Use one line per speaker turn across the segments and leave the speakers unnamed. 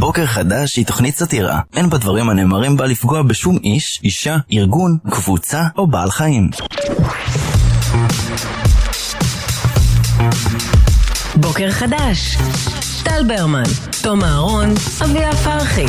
בוקר חדש היא תוכנית סאטירה. אין בדברים הנאמרים בה לפגוע בשום איש, אישה, ארגון, קבוצה או בעל חיים.
בוקר חדש. טל ברמן, תום אהרון, אביה פרחי.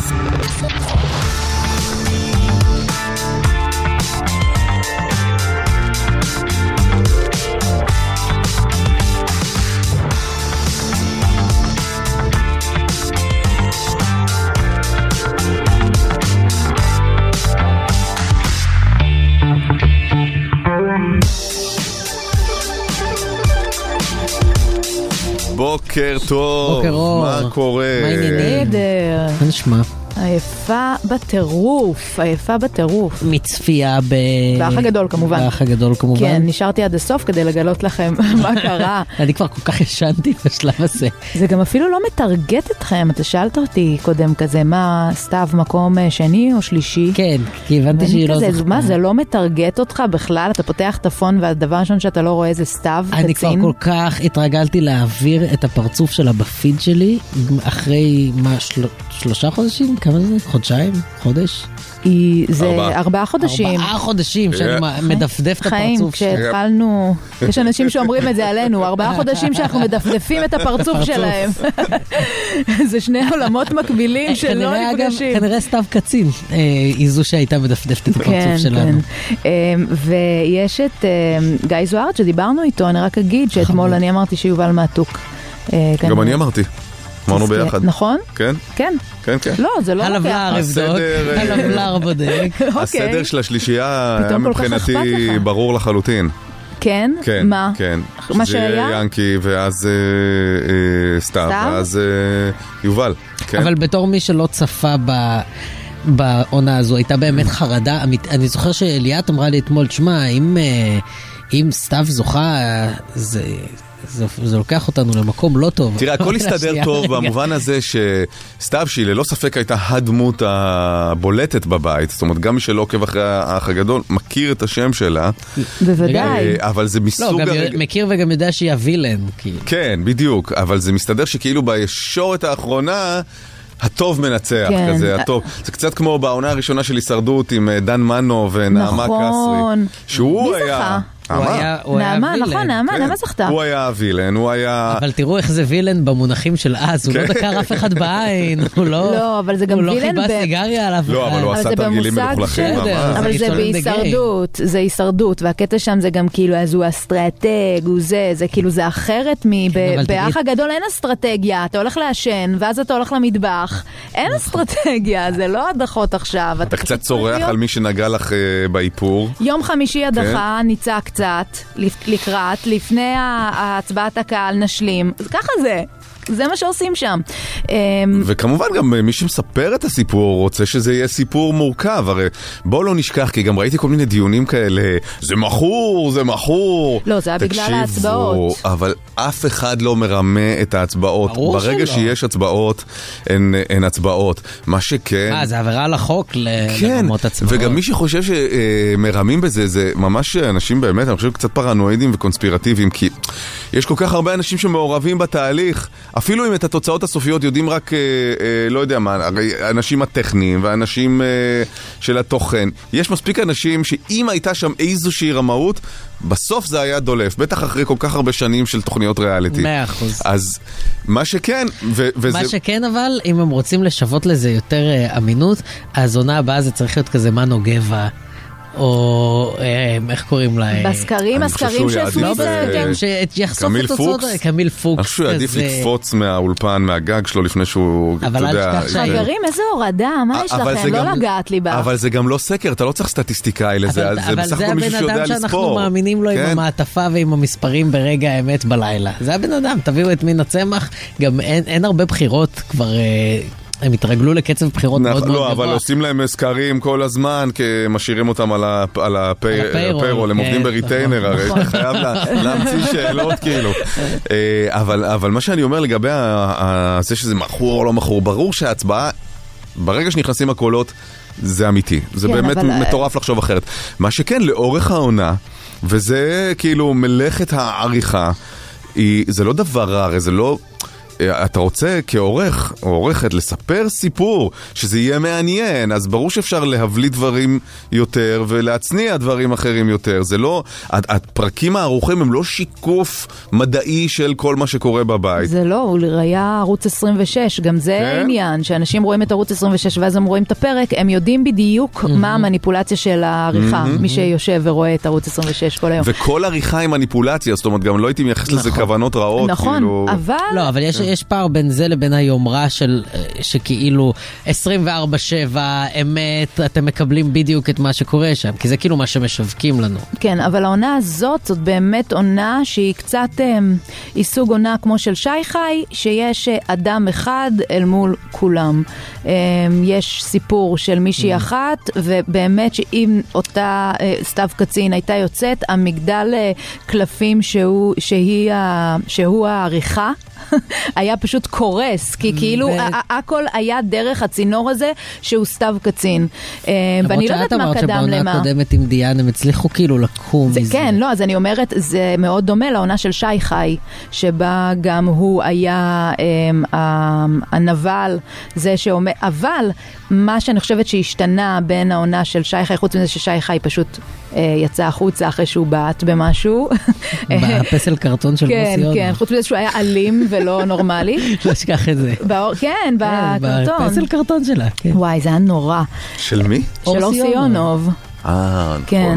בוקר טוב,
בוקר אור.
מה קורה?
מה העניינים?
נדר.
מה נשמע?
עייפה בטירוף, עייפה בטירוף.
מצפייה
באח הגדול כמובן.
באח הגדול כמובן.
כן, נשארתי עד הסוף כדי לגלות לכם מה קרה.
אני כבר כל כך ישנתי בשלב הזה.
זה גם אפילו לא מטרגט אתכם, אתה שאלת אותי קודם כזה, מה, סתיו מקום שני או שלישי?
כן, כי הבנתי שהיא לא זכתה.
מה, זה לא מטרגט אותך בכלל? אתה פותח את הפון והדבר ראשון שאתה לא רואה זה סתיו, קצין?
אני כבר כל כך התרגלתי להעביר את הפרצוף שלה בפיד שלי, אחרי מה, 3 חודשים? כמה זה? חודשיים? חודש?
זה 4 חודשים.
4 חודשים שאני מדפדף את הפרצוף שלה.
חיים, כשהתחלנו, יש אנשים שאומרים את זה עלינו, 4 חודשים שאנחנו מדפדפים את הפרצוף שלהם. זה שני עולמות מקבילים שלא נפגשים.
כנראה סתיו קצין, היא זו שהייתה מדפדפת את הפרצוף שלנו.
ויש את גיא זוארץ שדיברנו איתו, אני רק אגיד שאתמול אני אמרתי שיובל מעתוק.
גם אני אמרתי. אמרנו ביחד.
נכון?
כן?
כן.
כן, כן.
לא, זה לא
הלבלר יבדוק, הלבלר בודק.
הסדר של השלישייה היה מבחינתי ברור לחלוטין.
כן? מה?
כן.
מה שהיה?
ינקי ואז סתיו ואז יובל.
אבל בתור מי שלא צפה בעונה הזו, הייתה באמת חרדה. אני זוכר שאליאת אמרה לי אתמול, תשמע, אם סתיו זוכה, זה לוקח אותנו למקום לא טוב.
תראה, הכל הסתדר טוב במובן הזה שסתיו שהיא ללא ספק הייתה הדמות הבולטת בבית, זאת אומרת גם מי שלא עוקב אחרי האח הגדול מכיר את השם שלה.
בוודאי.
אבל זה מסוג...
לא, מכיר וגם יודע שהיא הווילן.
כן, בדיוק, אבל זה מסתדר שכאילו בישורת האחרונה הטוב מנצח, כזה, הטוב. זה קצת כמו בעונה הראשונה של הישרדות עם דן מנו ונעמה קסרי. שהוא היה...
נעמה, נכון, נעמה זכתה.
הוא היה הווילן, הוא היה...
אבל תראו איך זה וילן במונחים של אז, הוא לא דקר אף אחד בעין, הוא לא...
אבל זה גם וילן...
הוא לא חיבה סיגריה עליו.
לא, אבל הוא עשה תרגילים מלוכלכים.
אבל זה בהישרדות, זה הישרדות, והקטע שם זה גם כאילו, אז הוא אסטרטג, הוא זה כאילו, זה אחרת באח הגדול אין אסטרטגיה, אתה הולך לעשן, ואז אתה הולך למטבח, אין אסטרטגיה, זה לא הדחות עכשיו.
אתה קצת צורח על מי שנגע לך באיפור.
יום חמישי הדחה, ניצה קצת, לקראת, לפני ההצבעת הקהל נשלים. אז ככה זה מה שעושים שם.
וכמובן גם מי שמספר את הסיפור רוצה שזה יהיה סיפור מורכב. הרי בואו לא נשכח, כי גם ראיתי כל מיני דיונים כאלה, זה מכור, זה מכור.
לא, זה היה בגלל ההצבעות.
אבל אף אחד לא מרמה את ההצבעות. ברגע שיש הצבעות, אין הצבעות. מה שכן...
זה עבירה על החוק לרמות הצבעות.
וגם מי שחושב שמרמים בזה, זה ממש אנשים באמת, אני חושב קצת פרנואידים וקונספירטיביים, כי יש כל כך הרבה אנשים שמעורבים בתהליך, אפילו אם את התוצאות הסופיות יודעים רק, לא יודע מה, האנשים הטכניים והאנשים של התוכן. יש מספיק אנשים שאם הייתה שם איזושהי רמאות, בסוף זה היה דולף, בטח אחרי כל כך הרבה שנים של תוכניות ריאליטי.
100%.
אז מה שכן,
מה שכן אבל, אם הם רוצים לשוות לזה יותר אמינות, אז עונה הבאה זה צריך להיות כזה מנו גבע, או איך קוראים לה?
בסקרים, הסקרים שעשו
קמיל פוקס.
קמיל פוקס.
אני חושב שהוא יעדיף לקפוץ מהאולפן, מהגג שלו לפני שהוא...
אבל אל תשכח
חברים, איזה הורדה, מה יש לכם? לא לגעת לי בה.
אבל זה גם לא סקר, אתה לא צריך סטטיסטיקאי לזה, זה בסך הכל מישהו שיודע לספור.
אבל זה הבן אדם שאנחנו מאמינים לו עם המעטפה ועם המספרים ברגע האמת בלילה. זה הבן אדם, תביאו את מין הצמח, גם אין הרבה בחירות כבר... הם התרגלו לקצב בחירות מאוד מאוד גבוה.
לא, אבל עושים להם סקרים כל הזמן, כי משאירים אותם על הפיירול, הם עובדים בריטיינר, הרי אתה חייב להמציא שאלות כאילו. אבל מה שאני אומר לגבי זה שזה מכור או לא מכור, ברור שההצבעה, ברגע שנכנסים הקולות, זה אמיתי. זה באמת מטורף לחשוב אחרת. מה שכן, לאורך העונה, וזה כאילו מלאכת העריכה, זה לא דבר רע, זה לא... אתה רוצה כעורך או עורכת לספר סיפור שזה יהיה מעניין, אז ברור שאפשר להבליט דברים יותר ולהצניע דברים אחרים יותר. זה לא, הפרקים הערוכים הם לא שיקוף מדעי של כל מה שקורה בבית.
זה לא, הוא היה ערוץ 26, גם זה העניין, שאנשים רואים את ערוץ 26 ואז הם רואים את הפרק, הם יודעים בדיוק מה המניפולציה של העריכה, מי שיושב ורואה את ערוץ 26 כל היום.
וכל עריכה היא מניפולציה, זאת אומרת, גם לא הייתי מייחס לזה כוונות רעות.
נכון, אבל...
לא, אבל יש פער בין זה לבין היומרה שכאילו 24/7 אמת, אתם מקבלים בדיוק את מה שקורה שם, כי זה כאילו מה שמשווקים לנו.
כן, אבל העונה הזאת, זאת באמת עונה שהיא קצת, היא סוג עונה כמו של שי חי, שיש אדם אחד אל מול כולם. יש סיפור של מישהי אחת, ובאמת שאם אותה סתיו קצין הייתה יוצאת, המגדל קלפים שהוא העריכה, היה פשוט קורס, כי כאילו הכל היה דרך הצינור הזה שהוא סתיו קצין. ואני לא יודעת מה קדם למה.
שבעונה הקודמת עם דיאן הם הצליחו כאילו לקום מזה.
כן, לא, אז אני אומרת, זה מאוד דומה לעונה של שי חי, שבה גם הוא היה הנבל, זה שאומר, אבל מה שאני חושבת שהשתנה בין העונה של שי חי, חוץ מזה ששי חי פשוט יצא החוצה אחרי שהוא בעט במשהו.
בפסל קרטון של מוסיון.
כן, חוץ מזה שהוא היה אלים ולא נורמלי.
לא שכח את זה.
כן, בקרטון.
בפסל קרטון שלה.
וואי, זה היה נורא.
של מי?
של אורסיונוב.
נכון.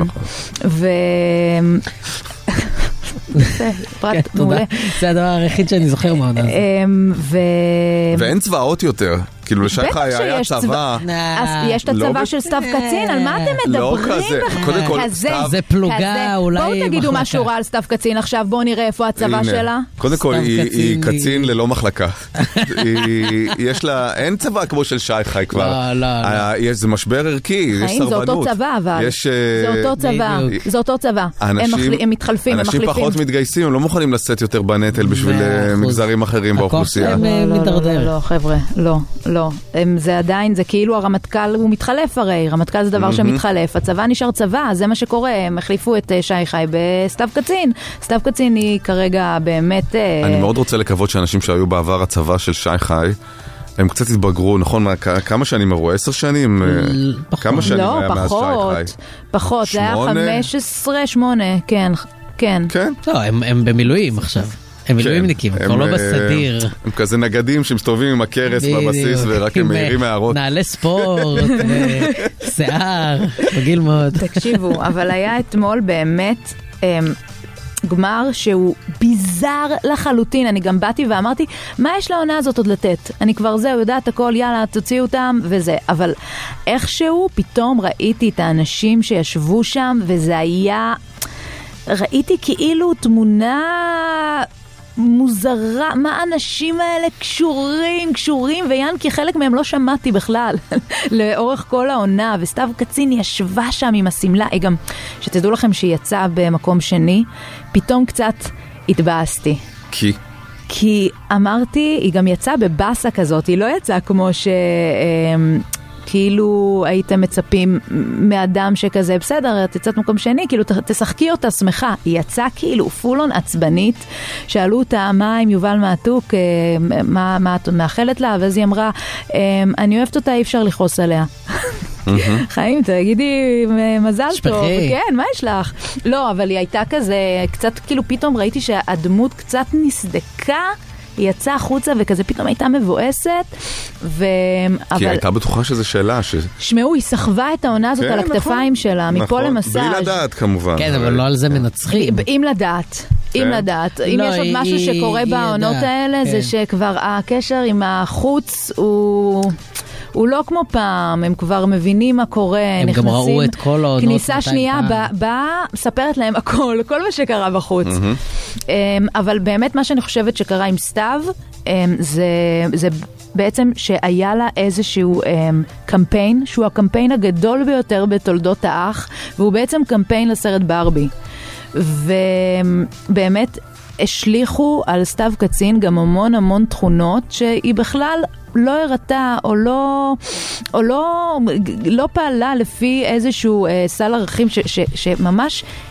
פרט מעולה.
זה הדבר היחיד שאני זוכר מהעונה הזאת.
ואין צבאות יותר. כאילו לשייך היה צבא.
אז יש את הצבא של סתיו קצין, על מה אתם מדברים?
לא כזה. קודם כל,
זה פלוגה אולי מחלקה.
בואו תגידו משהו רע על סתיו קצין עכשיו, בואו נראה איפה הצבא שלה.
קודם כל, היא קצין ללא מחלקה. יש לה, אין צבא כמו של שי חי כבר.
לא.
זה משבר ערכי, יש סרבנות.
זה אותו צבא, אבל. זה אותו צבא. הם מתחלפים, הם מחליפים.
אנשים פחות מתגייסים, הם לא מוכנים לשאת יותר בנטל בשביל מגזרים אחרים באוכלוסייה.
לא, חבר'ה, לא. זה עדיין, זה כאילו הרמטכ"ל הוא מתחלף הרי, רמטכ"ל זה דבר שמתחלף, הצבא נשאר צבא, זה מה שקורה, הם החליפו את שי חי בסתיו קצין. סתיו קצין היא כרגע באמת...
אני מאוד רוצה לקוות שאנשים שהיו בעבר הצבא של שי חי, הם קצת התבגרו, נכון? כמה שנים עברו? 10 שנים? כמה שנים היה מאז שי חי?
פחות, זה היה 15, 8, כן.
כן?
לא, הם במילואים עכשיו. הם מילואימניקים, הם כבר לא בסדיר.
הם כזה נגדים שמסתובבים עם הקרס בבסיס ורק הם מהירים מהערות.
נעלי ספורט, שיער, בגיל מאוד.
תקשיבו, אבל היה אתמול באמת גמר שהוא ביזר לחלוטין. אני גם באתי ואמרתי, מה יש לעונה הזאת עוד לתת? אני כבר זהו, יודעת הכל, יאללה, תוציאו אותם וזה. אבל איכשהו פתאום ראיתי את האנשים שישבו שם וזה היה... ראיתי כאילו תמונה מוזרה, מה האנשים האלה קשורים, ויאנקי חלק מהם לא שמעתי בכלל לאורך כל העונה, וסתיו קצין ישבה שם עם הסמלה, גם שתדעו לכם שהיא יצאה במקום שני, פתאום קצת התבאסתי. כי אמרתי, היא גם יצאה בבאסה כזאת, היא לא יצאה כמו כאילו הייתם מצפים מאדם שכזה, בסדר, תצאת מקום שני, כאילו תשחקי אותה שמחה. היא יצאה כאילו פולון עצבנית, שאלו אותה מה עם יובל מעתוק, מה את מאחלת לה, ואז היא אמרה, אני אוהבת אותה, אי אפשר לכעוס עליה. חיים, תגידי מזל טוב, כן, מה יש לך? לא, אבל היא הייתה כזה, קצת כאילו פתאום ראיתי שהדמות קצת נסדקה, היא יצאה החוצה וכזה פתאום הייתה מבואסת
כי היא הייתה בטוחה שזה שאלה
שמעו, היא סחבה את העונה הזאת על הכתפיים שלה מפה למסאז'
בלי לדעת כמובן
כן, אבל לא על זה מנצחים
אם לדעת אם יש עוד משהו שקורה בעונות האלה זה שכבר הקשר עם החוץ הוא לא כמו פעם, הם כבר מבינים מה קורה,
הם גם ראו את כל העונות.
כניסה שנייה באה, מספרת להם הכל, כל מה שקרה בחוץ. אבל באמת מה שאני חושבת שקרה עם סתיו, זה בעצם שהיה לה איזשהו קמפיין, שהוא הקמפיין הגדול ביותר בתולדות האח, והוא בעצם קמפיין לסרט ברבי. ובאמת השליחו על סתיו קצין גם המון תכונות שהיא בכלל לא הראתה או לא פעלה לפי איזשהו סל ערכים שממש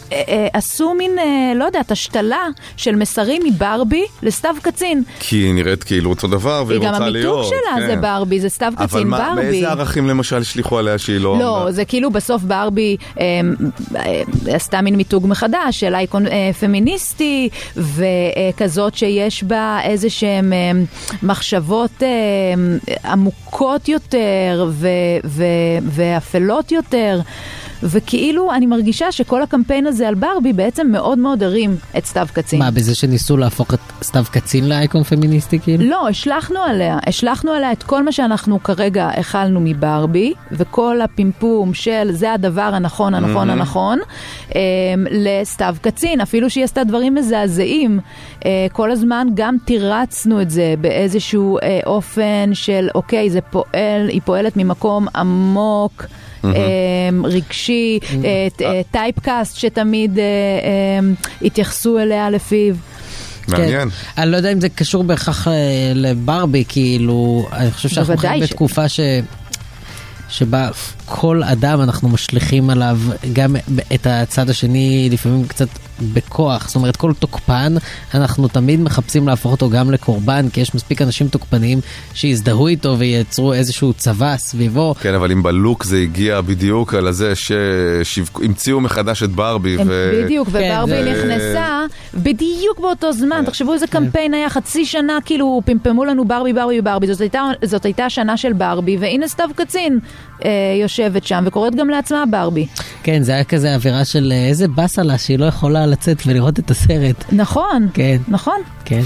עשו מין, לא יודעת, השתלה של מסרים מברבי לסתיו קצין.
כי היא נראית כאילו אותו דבר והיא רוצה להיות.
גם המיתוג שלה זה ברבי, זה סתיו קצין ברבי.
אבל באיזה ערכים למשל שליחו עליה שהיא לא...
לא, זה כאילו בסוף ברבי עשתה מין מיתוג מחדש של אייקון פמיניסטי, וכזאת שיש בה איזה שהן מחשבות עמוקות יותר ואפלות יותר. וכאילו אני מרגישה שכל הקמפיין הזה על ברבי בעצם מאוד מאוד הרים את סתיו קצין.
מה, בזה שניסו להפוך את סתיו קצין לאייקון פמיניסטי כאילו?
לא, השלחנו עליה את כל מה שאנחנו כרגע החלנו מברבי, וכל הפימפום של זה הדבר הנכון, לסתיו קצין, אפילו שהיא עשתה דברים מזעזעים. כל הזמן גם תירצנו את זה באיזשהו אופן של אוקיי, היא פועלת ממקום עמוק, רגשי, טייפקאסט שתמיד התייחסו אליה לפיו.
מעניין.
אני לא יודע אם זה קשור בהכרח לברבי, כאילו, אני חושב שאנחנו חיים בתקופה שבה כל אדם אנחנו משליכים עליו גם את הצד השני לפעמים קצת בכוח, זאת אומרת כל תוקפן אנחנו תמיד מחפשים להפוך אותו גם לקורבן, כי יש מספיק אנשים תוקפניים שיזדהו איתו וייצרו איזשהו צבא סביבו.
כן, אבל אם בלוק זה הגיע בדיוק על זה שהמציאו מחדש את ברבי
בדיוק, וברבי נכנסה בדיוק באותו זמן. תחשבו איזה קמפיין היה חצי שנה, כאילו פמפמו לנו ברבי. זאת הייתה שנה של ברבי, והנה סתיו קצין יושבת שם וקוראת גם לעצמה ברבי.
כן, זה היה כזה אווירה של איזה בסה לה שהיא לא יכולה לצאת ולראות את הסרט.
נכון,
כן.
נכון.
כן.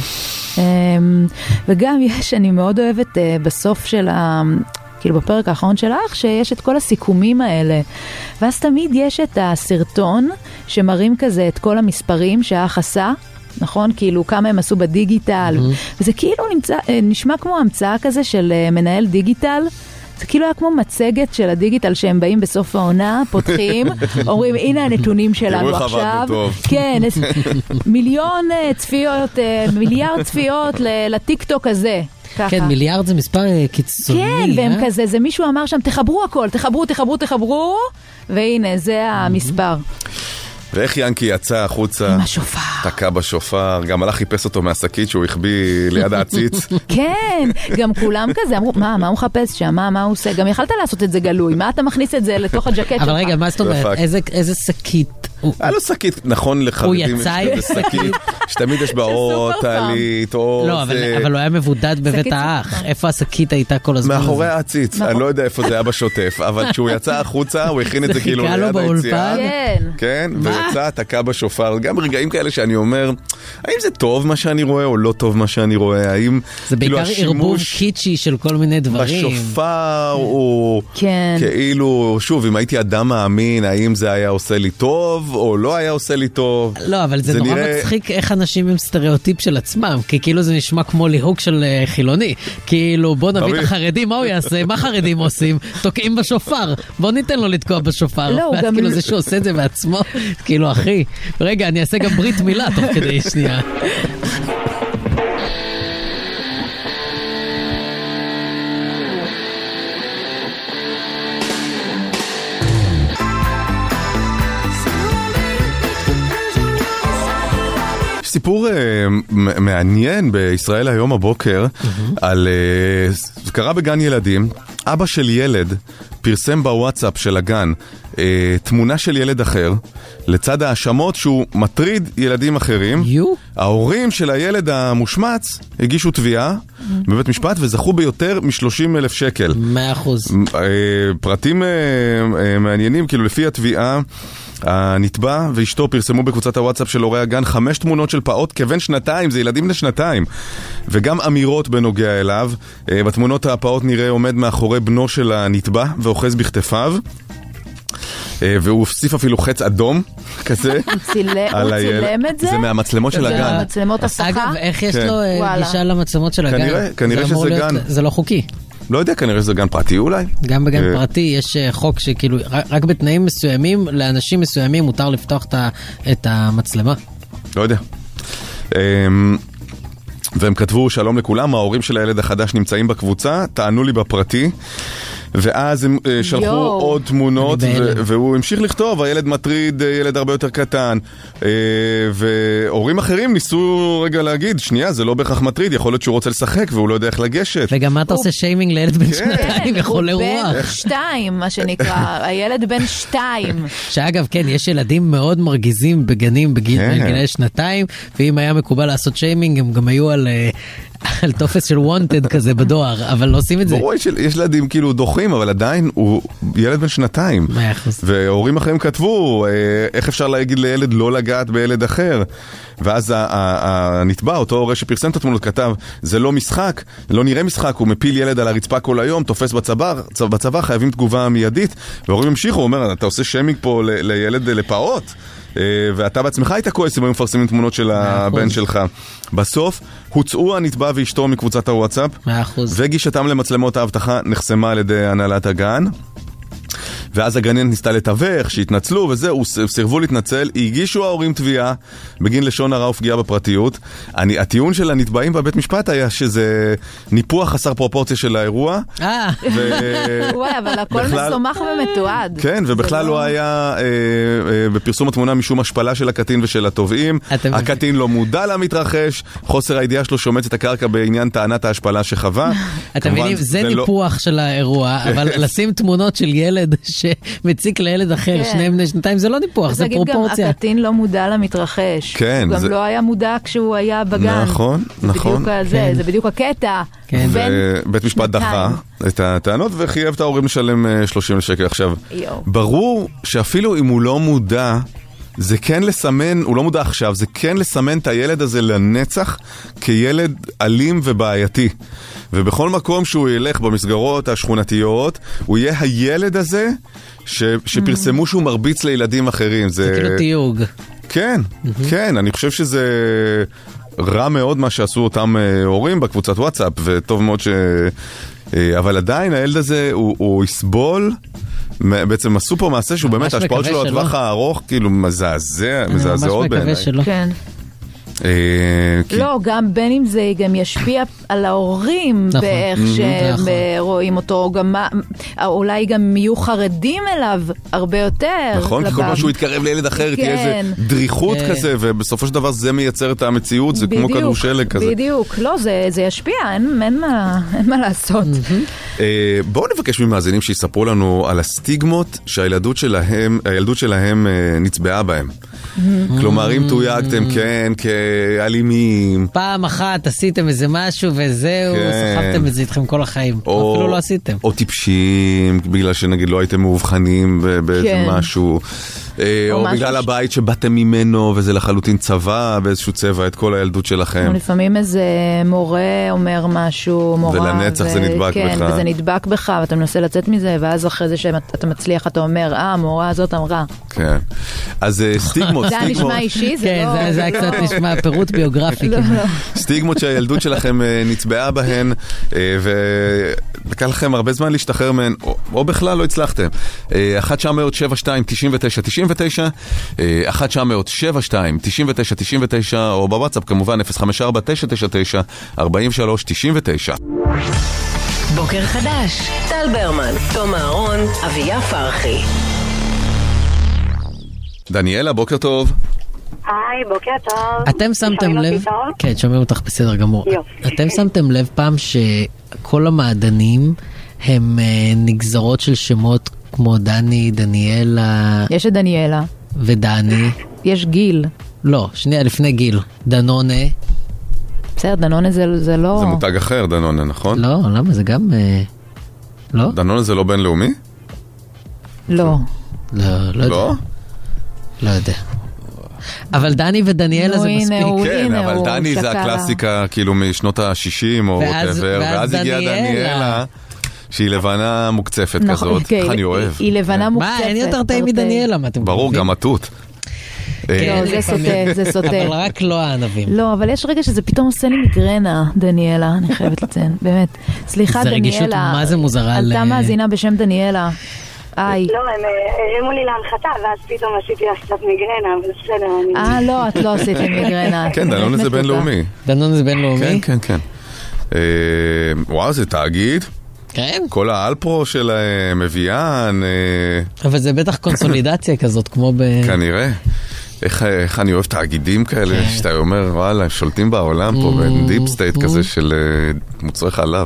וגם אני מאוד אוהבת בסוף של כאילו בפרק האחרון של האח, שיש את כל הסיכומים האלה. ואז תמיד יש את הסרטון שמראים כזה את כל המספרים שהאח עשה, נכון? כאילו כמה הם עשו בדיגיטל. וזה כאילו נשמע כמו המצאה כזה של מנהל דיגיטל. זה כאילו היה כמו מצגת של הדיגיטל שהם באים בסוף העונה, פותחים, אומרים, הנה הנתונים שלנו עכשיו. כן, מיליארד צפיות לטיקטוק הזה.
כן, מיליארד זה מספר קיצוני.
כן, והם כזה, זה מישהו אמר שם, תחברו הכל, תחברו, והנה, זה המספר.
ואיך ינקי יצא החוצה, תקע בשופר, גם הלך חיפש אותו מהשקית שהוא החביא ליד העציץ.
כן, גם כולם כזה אמרו, מה הוא מחפש שם, מה הוא עושה? גם יכלת לעשות את זה גלוי, מה אתה מכניס את זה לתוך הג'קט שלך?
אבל רגע, מה זאת אומרת? איזה שקית?
היה לו שקית, נכון לחרדים,
הוא יצא עם
שקית, שתמיד יש בה או טלית, או...
לא, אבל הוא היה מבודד בבית האח. איפה השקית הייתה כל הזמן?
מאחורי העציץ, אני לא יודע איפה זה היה בשוטף, אבל כשהוא יצא החוצה, הוא הכין את זה כאילו ליד היציאה. כן, ויצא, תקע בשופר. גם רגעים כאלה שאני אומר, האם זה טוב מה שאני רואה, או לא טוב מה שאני רואה? האם...
זה בעיקר ערבוב קיצ'י של כל מיני דברים.
בשופר הוא... כאילו, שוב, אם הייתי אדם מאמין, האם זה היה עושה לי טוב? או לא היה עושה לי טוב.
לא, אבל זה נורא מצחיק איך אנשים עם סטריאוטיפ של עצמם, כי כאילו זה נשמע כמו ליהוק של חילוני. כאילו, בוא נביא את החרדים, מה הוא יעשה? מה חרדים עושים? תוקעים בשופר. בוא ניתן לו לתקוע בשופר. ואז כאילו זה שעושה את זה בעצמו. כאילו, אחי, רגע, אני אעשה גם ברית מילה תוך כדי שנייה.
סיפור מעניין בישראל היום הבוקר על, זה קרה בגן ילדים, אבא של ילד פרסם בוואטסאפ של הגן תמונה של ילד אחר, לצד האשמות שהוא מטריד ילדים אחרים. ההורים של הילד המושמץ הגישו תביעה בבית משפט וזכו ביותר מ-30,000 שקל.
100%.
פרטים מעניינים, כאילו לפי התביעה, הנתבע ואשתו פרסמו בקבוצת הוואטסאפ של הורי הגן 5 תמונות של פעוט כבן שנתיים, זה ילדים לשנתיים, וגם אמירות בנוגע אליו. בתמונות הפעוט נראה עומד מאחורי בנו של הנתבע ואוחז בכתפיו, והוא הוסיף אפילו חץ אדום כזה.
הוא צילם את זה?
זה מהמצלמות של הגן.
זה מהמצלמות השכה?
אגב, איך יש לו גישה למצלמות של הגן?
כנראה שזה גן.
זה לא חוקי.
לא יודע, כנראה שזה גן פרטי אולי.
גם בגן פרטי יש חוק שכאילו רק בתנאים מסוימים, לאנשים מסוימים מותר לפתוח את המצלמה.
לא יודע. והם כתבו, שלום לכולם, ההורים של הילד החדש נמצאים בקבוצה, טענו לי בפרטי ואז הם שלחו עוד תמונות, והוא המשיך לכתוב, הילד מטריד ילד הרבה יותר קטן, והורים אחרים ניסו רגע להגיד, שנייה, זה לא בהכרח מטריד, יכול להיות שהוא רוצה לשחק והוא לא יודע איך לגשת.
וגם מה אתה עושה שיימינג לילד בן 2, יכול לרוח.
הוא בן 2, מה שנקרא, הילד בן 2.
שאגב, כן, יש ילדים מאוד מרגיזים בגנים בגילי 2, ואם היה מקובל לעשות שיימינג, הם גם היו על טופס של wanted כזה בדואר, אבל לא עושים את זה.
ברור, יש ילדים כאילו דוחים, אבל עדיין הוא ילד בן 2. והורים אחרים כתבו, איך אפשר להגיד לילד לא לגעת בילד אחר? ואז הנתבע, אותו הורה שפרסם את התמונות, כתב, זה לא משחק, לא נראה משחק, הוא מפיל ילד על הרצפה כל היום, תופס בצבא, חייבים תגובה מיידית. והורים המשיכו, הוא אומר, אתה עושה שיימינג פה לילד לפעות? ואתה בעצמך היית כועס אם היו מפרסמים תמונות של הבן שלך. בסוף הוצאו הנתבע ואשתו מקבוצת הוואטסאפ, וגישתם למצלמות האבטחה נחסמה על ידי הנהלת הגן. ואז הגננת ניסתה לתווך, שהתנצלו וזה, סירבו להתנצל, הגישו ההורים תביעה בגין לשון הרע ופגיעה בפרטיות. הטיעון של הנתבעים בבית משפט היה שזה ניפוח חסר פרופורציה של האירוע.
וואי, אבל הכל מסומך ומתועד.
כן, ובכלל לא היה בפרסום התמונה משום השפלה של הקטין ושל התובעים. הקטין לא מודע למתרחש, חוסר הידיעה שלו שומץ את הקרקע בעניין טענת ההשפלה שחווה.
אתם מבינים, זה ניפוח של האירוע, אבל לשים תמונות של ילד שמציק לילד אחר, שניהם בני 2, זה לא ניפוח, זה פרופורציה.
גם הקטין לא מודע למתרחש.
כן.
הוא גם לא היה מודע כשהוא היה בגן.
נכון, נכון.
זה בדיוק הקטע.
ובית משפט דחה את הטענות וחייב את ההורים לשלם 30 שקל. עכשיו, ברור שאפילו אם הוא לא מודע, זה כן לסמן, הוא לא מודע עכשיו, זה כן לסמן את הילד הזה לנצח כילד אלים ובעייתי. ובכל מקום שהוא ילך במסגרות השכונתיות, הוא יהיה הילד הזה שפרסמו שהוא מרביץ לילדים אחרים.
זה כאילו תיוג.
כן, כן, אני חושב שזה רע מאוד מה שעשו אותם הורים בקבוצת וואטסאפ, וטוב מאוד אבל עדיין הילד הזה הוא יסבול, בעצם עשו פה מעשה שהוא באמת, ההשפעות שלו הטווח הארוך, כאילו מזעזעות בעיניי.
כן. לא, גם בין אם זה גם ישפיע על ההורים באיך שהם רואים אותו, אולי גם יהיו חרדים אליו הרבה יותר.
נכון, כי כל פעם שהוא יתקרב לילד אחר תהיה איזה דריכות כזה, ובסופו של דבר זה מייצר את המציאות, זה כמו כדור שלג כזה.
בדיוק, לא, זה ישפיע, אין מה לעשות.
בואו נבקש ממאזינים שיספרו לנו על הסטיגמות שהילדות שלהם נצבעה בהם. כלומר, אם תויגתם כן כאלימים,
פעם אחת עשיתם איזה משהו וזהו, סחבתם את זה איתכם כל החיים, אפילו לא עשיתם.
או טיפשים, בגלל שנגיד לא הייתם מאובחנים באיזה משהו, או בגלל הבית שבאתם ממנו וזה לחלוטין צבא באיזשהו צבע את כל הילדות שלכם.
לפעמים איזה מורה אומר משהו, מורה,
ולנצח זה נדבק בך.
כן, וזה נדבק בך, ואתה מנסה לצאת מזה, ואז אחרי זה שאתה מצליח אתה אומר, המורה הזאת אמרה.
כן. אז סטיגמות.
זה נשמע אישי, זה לא...
כן, זה היה קצת נשמע פירוט ביוגרפי. סטיגמות
שהילדות שלכם נצבעה בהן, ולקח לכם הרבה זמן להשתחרר מהן, או בכלל לא הצלחתם. 1-900-72-99-99, 1-900-72-99-99, או בוואטסאפ כמובן 054-999-4399.
בוקר חדש, טל ברמן, תום אהרון, אביה פרחי.
דניאלה, בוקר טוב.
היי, בוקר טוב.
אתם שמתם לב, כן, שומעים אותך בסדר גמור. אתם שמתם לב פעם שכל המעדנים הם נגזרות של שמות כמו דני, דניאלה.
יש את דניאלה.
ודני.
יש גיל.
לא, שנייה לפני גיל. דנונה.
בסדר, דנונה זה לא...
זה מותג אחר, דנונה, נכון?
לא, למה? זה גם... לא?
דנונה זה לא בינלאומי?
לא.
לא יודע. לא יודע. אבל דני ודניאלה זה מספיק.
כן, אבל דני זה הקלאסיקה כאילו משנות ה-60 או whatever, ואז הגיעה דניאלה שהיא לבנה מוקצפת כזאת. איך אני אוהב.
היא לבנה מוקצפת.
מה, אין יותר טעים מדניאלה?
ברור, גם עטות.
לא, זה סוטה.
אבל רק לא הענבים.
לא, אבל יש רגע שזה פתאום עושה לי מיגרנה, דניאלה, אני חייבת לציין, באמת. סליחה, דניאלה. זה רגישות,
מה זה מוזרה?
עלתה מאזינה בשם דניאלה.
לא, הם הרימו לי להנחתה, ואז פתאום עשיתי קצת מיגרנה, אבל בסדר.
לא, את לא עשית לי מיגרנה.
כן, דנון זה בינלאומי.
דנון זה בינלאומי?
כן. וואו, זה תאגיד.
כן.
כל האלפרו שלהם, מביאן.
אבל זה בטח קונסולידציה כזאת, כמו ב...
כנראה. איך אני אוהב תאגידים כאלה, שאתה אומר, וואלה, הם שולטים בעולם פה, בדיפ סטייט כזה של מוצרי חלב.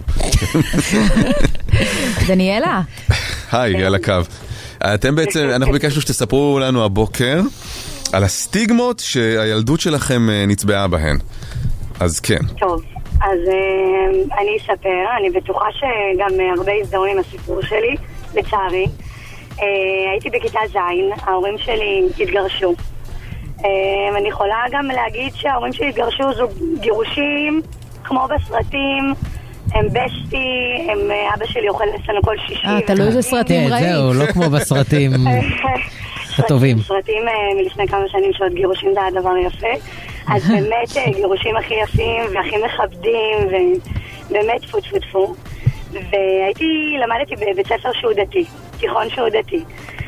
דניאלה.
היי, על הקו. אתם בעצם, אנחנו ביקשנו שתספרו לנו הבוקר על הסטיגמות שהילדות שלכם נצבעה בהן. אז כן.
טוב, אז אני אספר, אני בטוחה שגם הרבה הזדהים עם הסיפור שלי, לצערי. הייתי בכיתה ז', ההורים שלי התגרשו. אני יכולה גם להגיד שההורים שלי התגרשו זו גירושים כמו בסרטים, הם בסטי, אבא שלי אוכל אצלנו כל שישי.
תלוי איזה סרטים ראית.
זהו, לא כמו בסרטים הטובים.
סרטים מלפני כמה שנים שעוד גירושים זה הדבר יפה. אז באמת גירושים הכי יפים והכי מכבדים ובאמת טפו טפו טפו. למדתי בבית ספר שהוא דתי, תיכון שהוא דתי.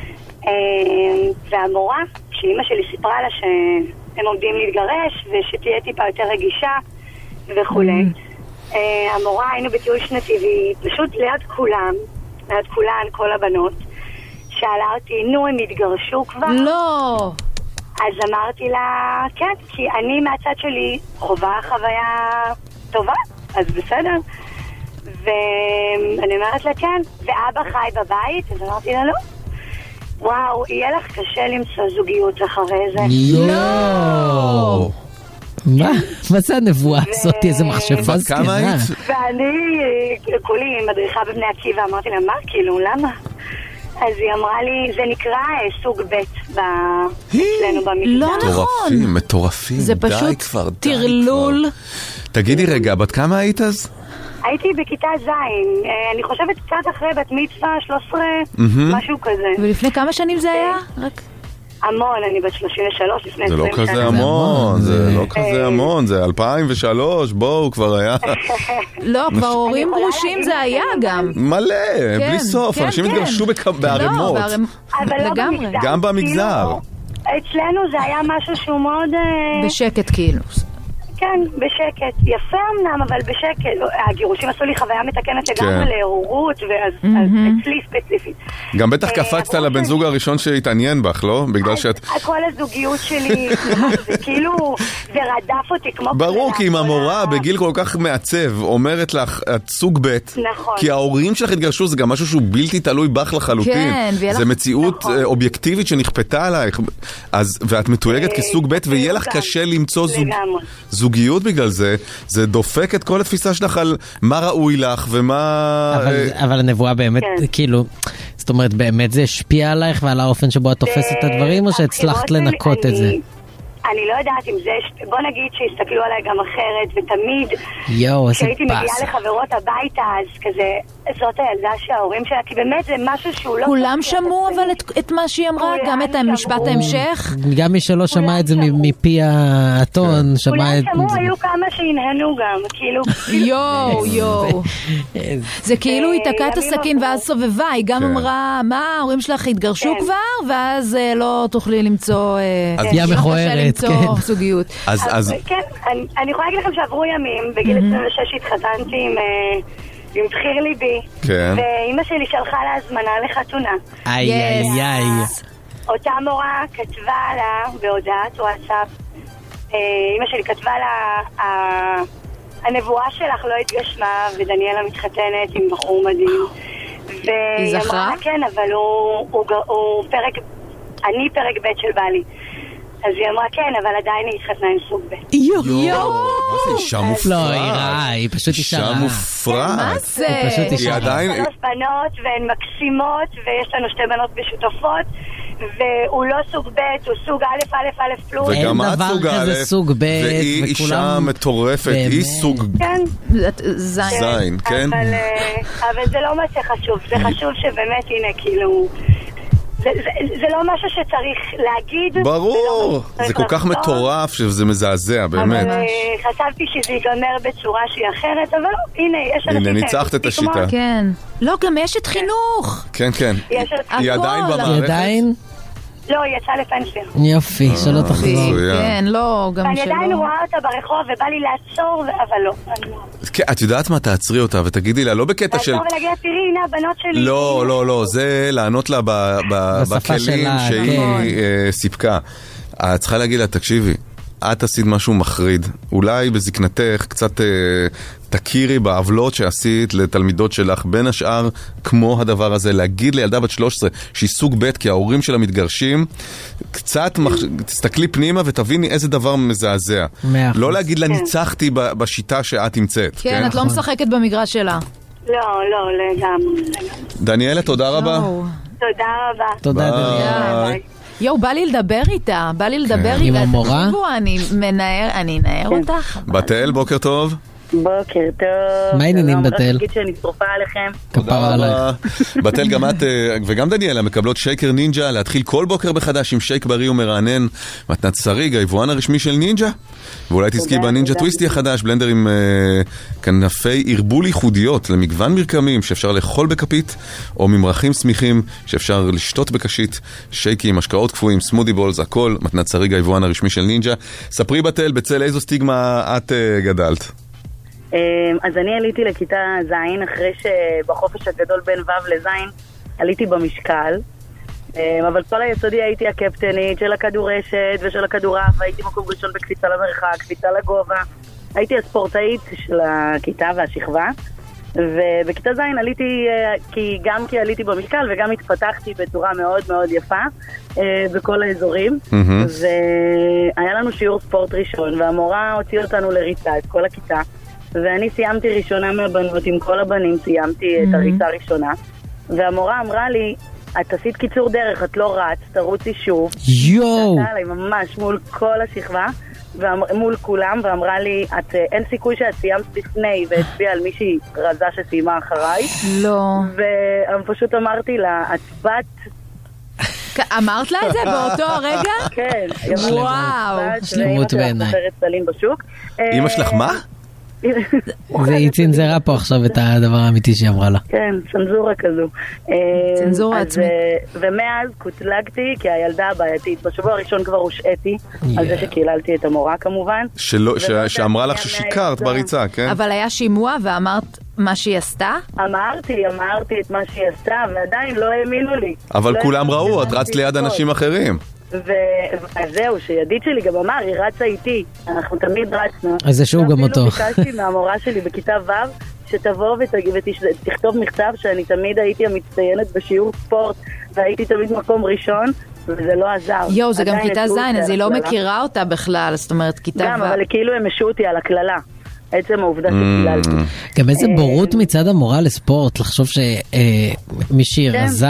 והמורה, כשאימא שלי סיפרה לה שהם עומדים להתגרש ושתהיה טיפה יותר רגישה וכולי. המורה, היינו בטיול שנתי והיא פשוט ליד כולן, כל הבנות, שאלה אותי, נו, הם התגרשו כבר?
לא.
אז אמרתי לה, כן, כי אני מהצד שלי חווה חוויה טובה, אז בסדר. ואני אומרת לה, כן, ואבא חי בבית, אז אמרתי לה, לא. וואו, יהיה לך קשה למצוא זוגיות אחרי זה.
לא. מה זה הנבואה הזאת? איזה מחשבה זקנה.
כמה היית?
ואני כולי מדריכה בבני עקיבא, אמרתי לה, מה? כאילו, למה? אז היא אמרה לי, זה נקרא סוג ב' אצלנו במגזר.
לא נכון.
מטורפים,
זה פשוט תרלול.
תגידי רגע, בת כמה היית אז?
הייתי בכיתה ז', אני חושבת קצת אחרי בת מצווה, 13, משהו כזה.
ולפני כמה שנים זה היה? רק...
המון, אני בת 33, לפני 20 שנה.
זה לא כזה המון, זה לא כזה המון, זה 2003, בואו, כבר היה.
לא, כבר הורים גרושים זה היה גם.
מלא, בלי סוף, אנשים התגרשו בערימות.
אבל לא במגזר.
גם במגזר.
אצלנו זה היה משהו שהוא מאוד...
בשקט כאילו.
כן, בשקט. יפה אמנם, אבל בשקט. הגירושים עשו לי חוויה מתקנת לגמרי להורות, ואז אצלי ספציפית.
גם בטח קפצת לבן זוג הראשון שהתעניין בך, לא? בגלל שאת...
כל הזוגיות שלי, זה כאילו, זה רדף אותי כמו...
ברור, כי אם המורה בגיל כל כך מעצב אומרת לך, את סוג ב', כי ההורים שלך התגרשו, זה גם משהו שהוא בלתי תלוי בך לחלוטין. זה מציאות אובייקטיבית שנכפתה עלייך, ואת מתויגת כסוג ב', ויהיה לך קשה למצוא זוגיות בגלל זה, זה דופק את כל התפיסה שלך על מה ראוי לך ומה...
אבל הנבואה באמת, כאילו, זאת אומרת, באמת זה השפיע עלייך ועל האופן שבו את תופסת את הדברים, או שהצלחת לנקות את זה?
אני לא יודעת אם זה... בוא נגיד שהסתכלו עליי גם אחרת, ותמיד כשהייתי מגיעה לחברות הביתה, אז כזה, זאת הילדה שההורים שלה, כי באמת זה משהו שהוא לא...
כולם שמעו אבל את מה שהיא אמרה, גם את המשפט ההמשך?
גם מי שלא שמע את זה מפי האתון, שמע את...
כולם שמעו, היו כמה שהנהנו גם, כאילו...
יו. זה כאילו היא תקעה את הסכין ואז סובבה, היא גם אמרה, מה, ההורים שלך התגרשו כבר, ואז לא תוכלי למצוא...
יא מכוערת.
זוגיות.
כן, אני יכולה להגיד לכם שעברו ימים, בגיל 26 התחתנתי עם בחיר ליבי, ואמא שלי שלחה לה הזמנה לחתונה. אותה מורה כתבה לה בהודעת וואטסאפ, אמא שלי כתבה לה, הנבואה שלך לא התגשמה, ודניאלה מתחתנת עם בחור מדהים.
היא זכרה?
כן, אבל הוא פרק, אני פרק ב' של בעלי. אז היא אמרה כן, אבל עדיין היא התחתנה עם סוג ב'.
יואו! מה זה אישה מופרעת?
לא, היא רעה, היא פשוט אישה רעה.
אישה מופרעת.
מה זה?
היא עדיין...
3 בנות והן מקסימות, ויש לנו 2 בנות משותפות, והוא לא סוג ב', הוא סוג א' פלוס.
וגם את סוג א', והיא אישה מטורפת, היא סוג זין, כן?
אבל זה לא מה שחשוב, זה חשוב שבאמת, הנה, כאילו... זה לא משהו שצריך להגיד.
ברור, זה כל כך מטורף שזה מזעזע, באמת.
אבל חשבתי שזה ייגמר בצורה שהיא אחרת, אבל לא, הנה, יש אנשים...
הנה, ניצחת את השיטה.
כן. לא, גם יש את חינוך.
כן. היא עדיין במערכת.
היא עדיין?
לא, היא יצאה לפנסיה.
יופי, שלא תחזור.
כן, לא, גם
ואני
שלא.
עדיין רואה אותה ברחוב ובא לי לעצור, אבל לא.
את יודעת מה? תעצרי אותה ותגידי לה, לא בקטע של...
לעצור ולהגיד, תראי, הנה הבנות שלי.
לא, זה לענות לה בכלים שהיא סיפקה. את צריכה להגיד לה, תקשיבי, את עשית משהו מחריד. אולי בזקנתך קצת תכירי בעוולות שעשית לתלמידות שלך, בין השאר כמו הדבר הזה, להגיד לילדה בת 13 שהיא סוג ב' כי ההורים שלה מתגרשים, קצת תסתכלי פנימה ותביני איזה דבר מזעזע. לא להגיד לה ניצחתי בשיטה שאת נמצאת.
כן, את לא משחקת במגרש שלה.
לא, לגמרי.
דניאלה, תודה רבה.
תודה רבה.
תודה, דניאלה.
יואו, בא לי לדבר איתה, עם
המורה?
אני אנער אותך.
בתל, בוקר טוב.
בוקר טוב.
מה העניינים בתל?
רק אגיד שאני שרופה עליכם.
כפרה עלייך.
בתל, גם את וגם דניאלה מקבלות שייקר נינג'ה, להתחיל כל בוקר בחדש עם שייק בריא ומרענן. מתנת שריג, היבואן הרשמי של נינג'ה. ואולי תזכי בנינג'ה טוויסטי החדש, בלנדר עם כנפי ערבול ייחודיות למגוון מרקמים שאפשר לאכול בכפית, או ממרחים סמיכים שאפשר לשתות בקשית, שייקים, השקעות קפואים, סמודי בולס, הכל. מתנת שריג, היבואן הרשמי של נינג'ה. ספרי בתל, בצל איזו סטיגמה את גדלת?
אז אני עליתי לכיתה זין אחרי שבחופש הגדול בין ו' לזין עליתי במשקל, אבל כל היסודי הייתי הקפטנית של הכדורשת ושל הכדורעף, והייתי מקום ראשון בקפיצה למרחק, קפיצה לגובה, הייתי הספורטאית של הכיתה והשכבה. ובכיתה זין עליתי גם כי עליתי במשקל וגם התפתחתי בצורה מאוד מאוד יפה בכל האזורים. והיה לנו שיעור ספורט ראשון והמורה הוציא אותנו לריצה, את כל הכיתה, ואני סיימתי ראשונה מהבנות, עם כל הבנים סיימתי את הריצה הראשונה, והמורה אמרה לי, את עשית קיצור דרך, את לא רץ, תרוצי שוב.
יואו!
עליה ממש מול כל השכבה מול כולם, ואמרה לי, אין סיכוי שאת סיימת לפני, והצביעה על מישהי רזה שסיימה אחריי.
לא.
ופשוט אמרתי לה, את בת...
אמרת לה את זה באותו רגע?
כן.
וואו.
שלמות בעיניי.
אמא שלך מה?
היא צנזרה פה עכשיו את הדבר האמיתי שהיא אמרה לה.
כן, צנזורה כזו.
צנזורה עצמית.
ומאז קוטלגתי כהילדה הבעייתית. בשבוע הראשון כבר הושעתי על זה שקיללתי את המורה כמובן.
שאמרה לך ששיקרת בריצה, כן?
אבל היה שימוע ואמרת מה שהיא עשתה?
אמרתי את מה שהיא עשתה ועדיין לא האמינו לי.
אבל כולם ראו, את רצת ליד אנשים אחרים.
וזהו, שידיד שלי גם אמר, היא רצה איתי, אנחנו תמיד רצנו.
אז זה שוב גם אותו.
ביקשתי מהמורה שלי בכיתה ו' שתבוא ותכתוב מכתב שאני תמיד הייתי המצטיינת בשיעור ספורט והייתי תמיד מקום ראשון, וזה לא עזר.
יואו, זה גם כיתה זין, אז היא לא מכירה אותה בכלל, זאת אומרת כיתה ו'.
גם, אבל כאילו הם משו אותי על הכללה. עצם העובדה שקיללתי.
גם איזה בורות מצד המורה לספורט, לחשוב שמישהי רזה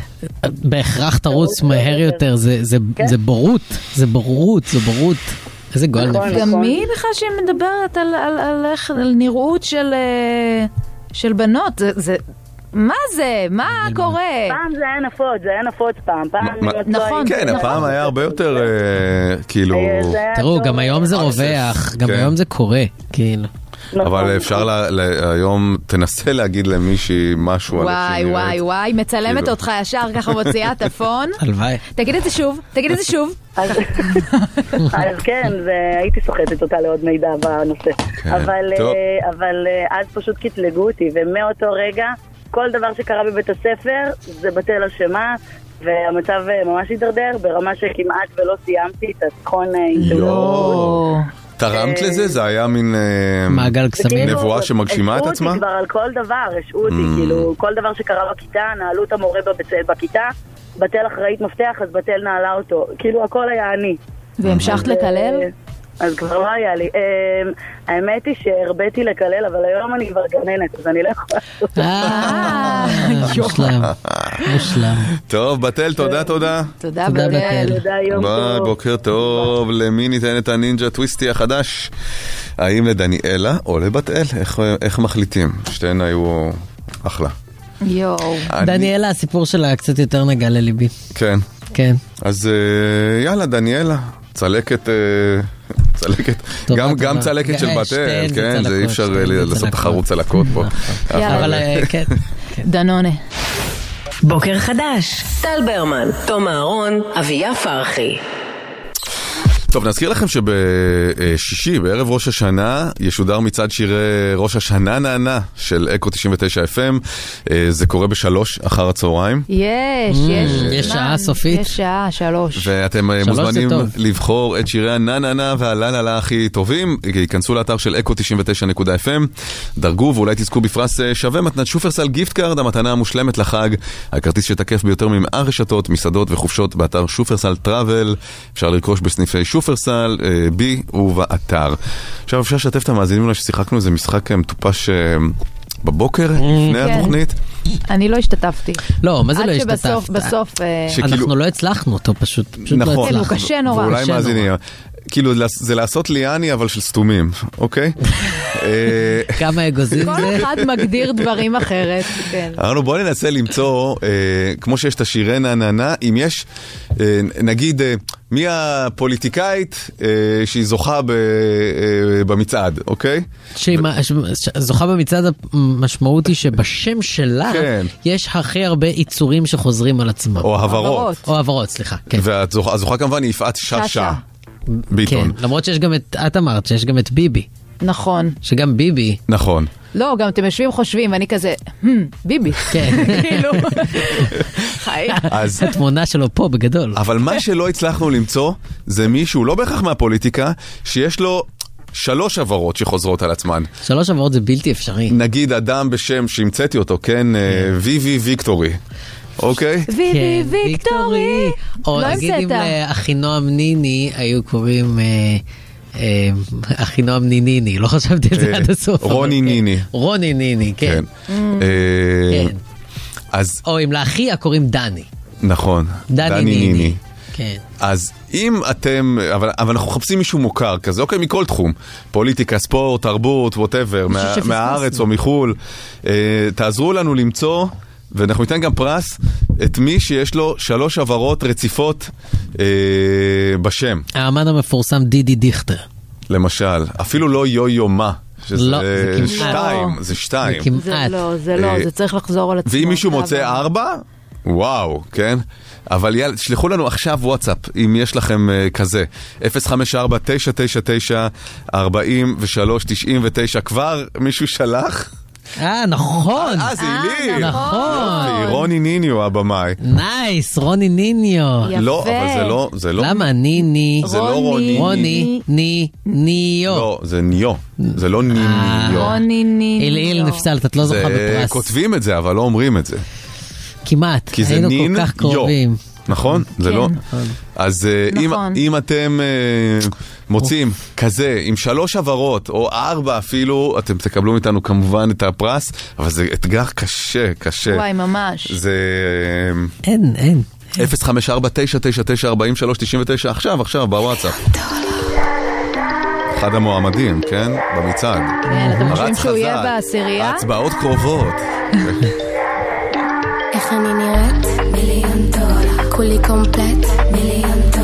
בהכרח תרוץ מהר יותר, זה בורות, זה בורות. איזה גועל נפש.
גם מי בכלל שהיא מדברת על נראות של בנות, מה זה? מה קורה?
פעם זה היה נפוץ פעם.
נכון.
כן, הפעם היה הרבה יותר כאילו...
תראו, גם היום זה רווח, גם היום זה קורה, כאילו.
אבל אפשר היום, תנסה להגיד למישי משהו על השני.
וואי, מצלמת אותך ישר ככה מוציאה טפון.
הלוואי.
תגיד את זה שוב.
אז כן, הייתי סוחטת אותה לעוד מידע בנושא. אבל אז פשוט קטלגו אותי, ומאותו רגע, כל דבר שקרה בבית הספר, זה בתל השמה, והמצב ממש הידרדר, ברמה שכמעט ולא סיימתי את התיכון.
תרמת לזה? זה היה מין
מעגל קסמים,
נבואה שמגשימה את עצמה?
השעו אותי כבר על כל דבר, השעו אותי, כאילו כל דבר שקרה בכיתה, נעלו את המורה בכיתה, בתל אחראית מפתח, אז בתל נעלה אותו, כאילו הכל היה אני.
והמשכת לקלל?
אז כבר לא היה לי. האמת היא שהרביתי לקלל, אבל היום אני כבר גננת, אז אני לא יכולה לעשות.
מושלם.
טוב, בתל, תודה.
תודה בתל.
תודה, יום טוב.
בוקר טוב. למי ניתן את הנינג'ה טוויסטי החדש? האם לדניאלה או לבתל? איך מחליטים? שתיהן היו אחלה.
יואו.
דניאלה,
הסיפור שלה קצת יותר נגע לליבי.
כן. אז יאללה, דניאלה. צלקת, גם צלקת של בתל, כן, זה אי אפשר לעשות תחרות צלקות פה.
אבל כן. דנונה.
בוקר חדש, טל ברמן, תום אהרון, אביה פרחי.
טוב, נזכיר לכם שבשישי, בערב ראש השנה, ישודר מצעד שירי ראש השנה נענה של אקו 99 FM. זה קורה ב3 אחר הצהריים.
יש
שעה סופית.
יש שעה, 3.
ואתם מוזמנים לבחור את שירי הנענה והללה הכי טובים. ייכנסו לאתר של אקו 99.FM, דרגו ואולי תזכו בפרס שווה מתנת שופרסל גיפט קארד, המתנה המושלמת לחג. הכרטיס שתקף ביותר מ100 רשתות, מסעדות וחופשות באתר שופרסל טראבל. אפשר לרכוש בסניפי שופרסל, בי ובאתר. עכשיו אפשר לשתף את המאזינים אולי ששיחקנו איזה משחק מטופש בבוקר לפני התוכנית.
אני לא השתתפתי.
לא, מה זה לא השתתפת?
עד שבסוף...
אנחנו לא הצלחנו אותו פשוט.
נכון.
הוא קשה נורא.
ואולי מאזינים. כאילו זה לעשות ליאני אבל של סתומים, אוקיי?
כמה אגוזים זה?
כל אחד מגדיר דברים אחרת.
בואו ננסה למצוא, כמו שיש את השירי נענה, אם יש, נגיד, מי הפוליטיקאית שהיא זוכה במצעד, אוקיי?
זוכה במצעד, המשמעות היא שבשם שלה יש הכי הרבה עיצורים שחוזרים על עצמם.
או הברות.
או הברות, סליחה.
והזוכה כמובן היא יפעת שאשא. ביטון.
כן, למרות שיש גם את אמרת, שיש גם את ביבי.
נכון.
שגם ביבי.
נכון.
לא, גם אתם יושבים חושבים, ואני כזה, ביבי.
כן.
כאילו. חי.
התמונה שלו פה בגדול.
אבל מה שלא הצלחנו למצוא, זה מישהו, לא בהכרח מהפוליטיקה, שיש לו 3 עברות שחוזרות על עצמן.
3 עברות זה בלתי אפשרי.
נגיד אדם בשם שהמצאתי אותו, כן? ויבי ויקטורי. אוקיי?
ויבי ויקטורי.
או נגיד אם לאחינועם ניני היו קוראים אחינועם ניניני, לא חשבתי את זה עד הסוף.
רוני ניני.
רוני ניני, כן. או אם לאחיה קוראים דני.
נכון.
דני ניני. כן.
אז אם אתם, אבל אנחנו מחפשים מישהו מוכר כזה, אוקיי, מכל תחום, פוליטיקה, ספורט, תרבות, whatever, מהארץ או מחול, תעזרו לנו למצוא, ואנחנו ניתן גם פרס, את מי שיש לו 3 עברות רציפות בשם.
האמן המפורסם דידי דיכטר.
למשל, אפילו לא יו-יו מה.
לא, זה כמעט.
2, זה 2.
זה לא, זה צריך לחזור על עצמו.
ואם מישהו מוצא 4, וואו, כן? אבל יאללה, שלחו לנו עכשיו וואטסאפ, אם יש לכם כזה. 054-999-4399, כבר מישהו שלח?
נכון.
זה אילי.
נכון.
רוני ניניו הבמאי.
נייס, רוני ניניו.
לא, אבל זה לא.
למה ניני?
זה לא רוני.
רוני, ניו.
לא, זה ניו. זה לא ניניו.
רוני ניניו.
איל נפסלת, את לא זוכה בפרס.
כותבים את זה, אבל לא אומרים את זה.
כמעט.
כי זה נין יו. נכון? זה לא. אז אם אתם מוצאים כזה, עם 3 עברות, או 4 אפילו, אתם תקבלו מאיתנו כמובן את הפרס, אבל זה אתגר קשה, קשה.
וואי, ממש.
זה...
אין.
054-999-4399, עכשיו, בוואטסאפ. אחד המועמדים, כן? במצעד.
כן, אתם חושבים שהוא יהיה בעשירייה?
ההצבעות קרובות.
איך אני נראית? $1,000,000 כולי קומפלט $1,000,000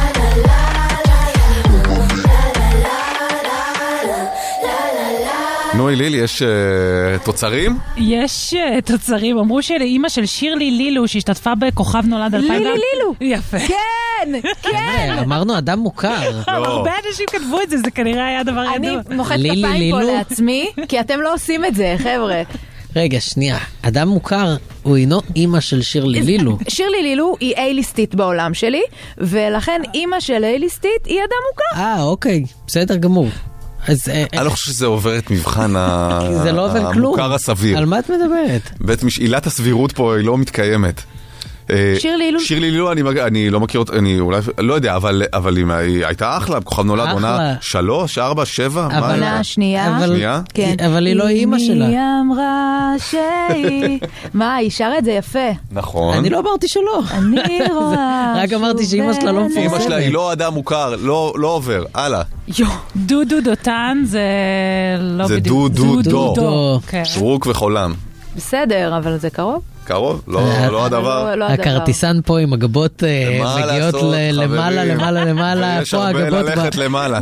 נוי לילי, יש תוצרים?
יש תוצרים, אמרו שלאמא של שירלי לילו שהשתתפה בכוכב נולד 2000.
לילי לילו.
יפה.
כן.
אמרנו אדם מוכר.
הרבה אנשים כתבו את זה, זה כנראה היה דבר ידוע.
אני מוחאת כפיים פה לעצמי, כי אתם לא עושים את זה, חבר'ה.
רגע, שנייה. אדם מוכר הוא אינו אימא של שירלי לילו.
שירלי לילו היא איי-ליסטית בעולם שלי, ולכן אימא של איי-ליסטית היא אדם מוכר.
אוקיי. בסדר גמור.
אני לא חושב שזה עובר את מבחן המוכר הסביר.
על מה את מדברת?
עילת הסבירות פה היא לא מתקיימת. שירלי לילו, אני לא מכיר אותה, אני אולי, לא יודע, אבל היא הייתה אחלה, כוכב נולד עונה 3, 4, 7,
עונה שנייה.
אבל היא לא אימא שלה.
היא אמרה שהיא... מה, היא שרה את זה יפה.
נכון.
אני לא אמרתי שלא.
אני רואה...
רק אמרתי שאימא שלה לא מפורסמת.
אימא שלה היא לא אדם מוכר, לא עובר, הלאה.
דודו דותן זה לא בדיוק.
זה דודו.
שרוק
וחולם.
בסדר, אבל זה קרוב.
קרוב? לא הדבר.
הכרטיסן פה עם הגבות מגיעות למעלה,
יש הרבה ללכת למעלה.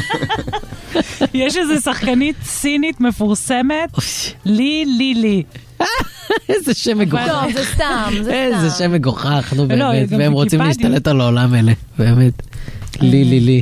יש איזו שחקנית סינית מפורסמת, לילי.
איזה שם מגוחך.
טוב, זה סתם, זה סתם.
איזה שם מגוחך, נו באמת, והם רוצים להשתלט על העולם האלה, באמת. לי.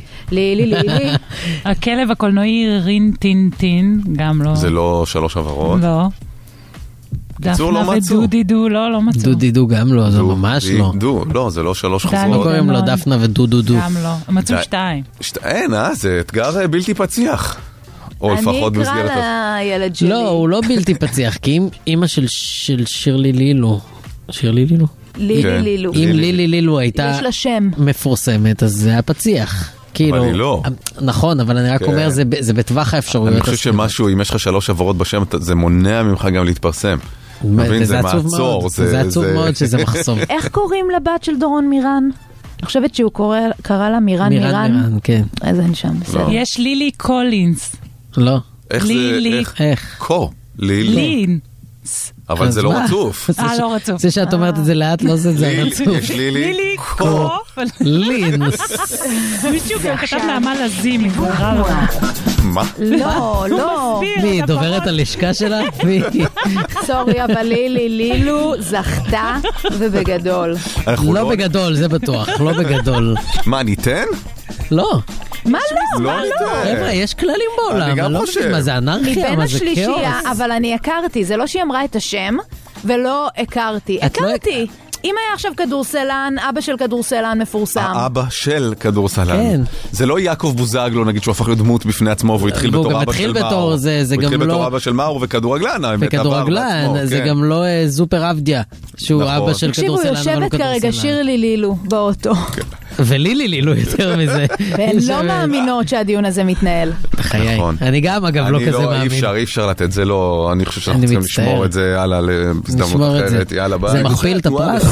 הכלב הקולנועי רין טין טין, גם לא.
זה לא 3 עברות.
לא. דפנה ודודידו, לא מצאו.
דודידו גם לא, זה ממש לא.
לא, זה לא 3 חוזרות.
לא קוראים לו דפנה ודודודו.
גם לא, הם מצאו 2.
אין, זה אתגר בלתי פציח. או לפחות במסגרת...
אני אקרא לילד שלי.
לא, הוא לא בלתי פציח, כי אם אמא של שירלי לילו,
לילי לילו.
אם לילי לילו הייתה מפורסמת, אז זה היה פציח.
אבל היא לא.
נכון, אבל אני רק אומר, זה בטווח האפשרויות.
אני חושב שמשהו, אם יש לך 3 עברות בשם, זה מונע ממך גם להתפרסם.
זה מעצור. זה עצוב מאוד שזה מחסום.
איך קוראים לבת של דורון מירן? אני חושבת שהוא קרא לה מירן.
מירן, כן.
אז אין שם.
יש לילי קולינס.
לא.
איך זה?
איך?
לין.
אבל זה לא רצוף.
לא רצוף.
זה שאת אומרת את זה לאט, לא זה רצוף.
יש לילי
לינס.
מישהו גם כתב נעמה לזימי.
מה?
לא.
מי, דוברת הלשכה שלה?
סורי, אבל לילי לילו זכתה ובגדול.
לא בגדול, זה בטוח, לא בגדול.
מה, ניתן?
לא.
מה לא?
חבר'ה, יש כללים בעולם,
אני גם
לא
חושב.
מבין מה זה אנרכיה, מה זה כאוס.
אבל אני הכרתי, זה לא שהיא אמרה את השם, ולא הכרתי. הכרתי. אם היה עכשיו כדורסלן, אבא של כדורסלן מפורסם.
האבא של כדורסלן.
כן.
זה לא יעקב בוזגלו, נגיד שהוא הפך להיות דמות בפני עצמו, והוא התחיל בתור אבא של מאור. הוא התחיל בתור אבא של מאור וכדורגלן.
וכדורגלן, זה גם לא זופר אבדיה, שהוא אבא של כדורסלן.
תקשיבו, יושבת כרגע שירלי לילו באוטו.
ולילי לילו יותר מזה.
והן לא מאמינות שהדיון הזה מתנהל.
בחיי. אני גם אגב לא כזה מאמין.
אי אפשר לתת, זה לא, אני חושב שאנחנו צריכים לשמור את זה הלאה להזדמנות אחרת. יאללה, ביי.
זה מכפיל את הפרס.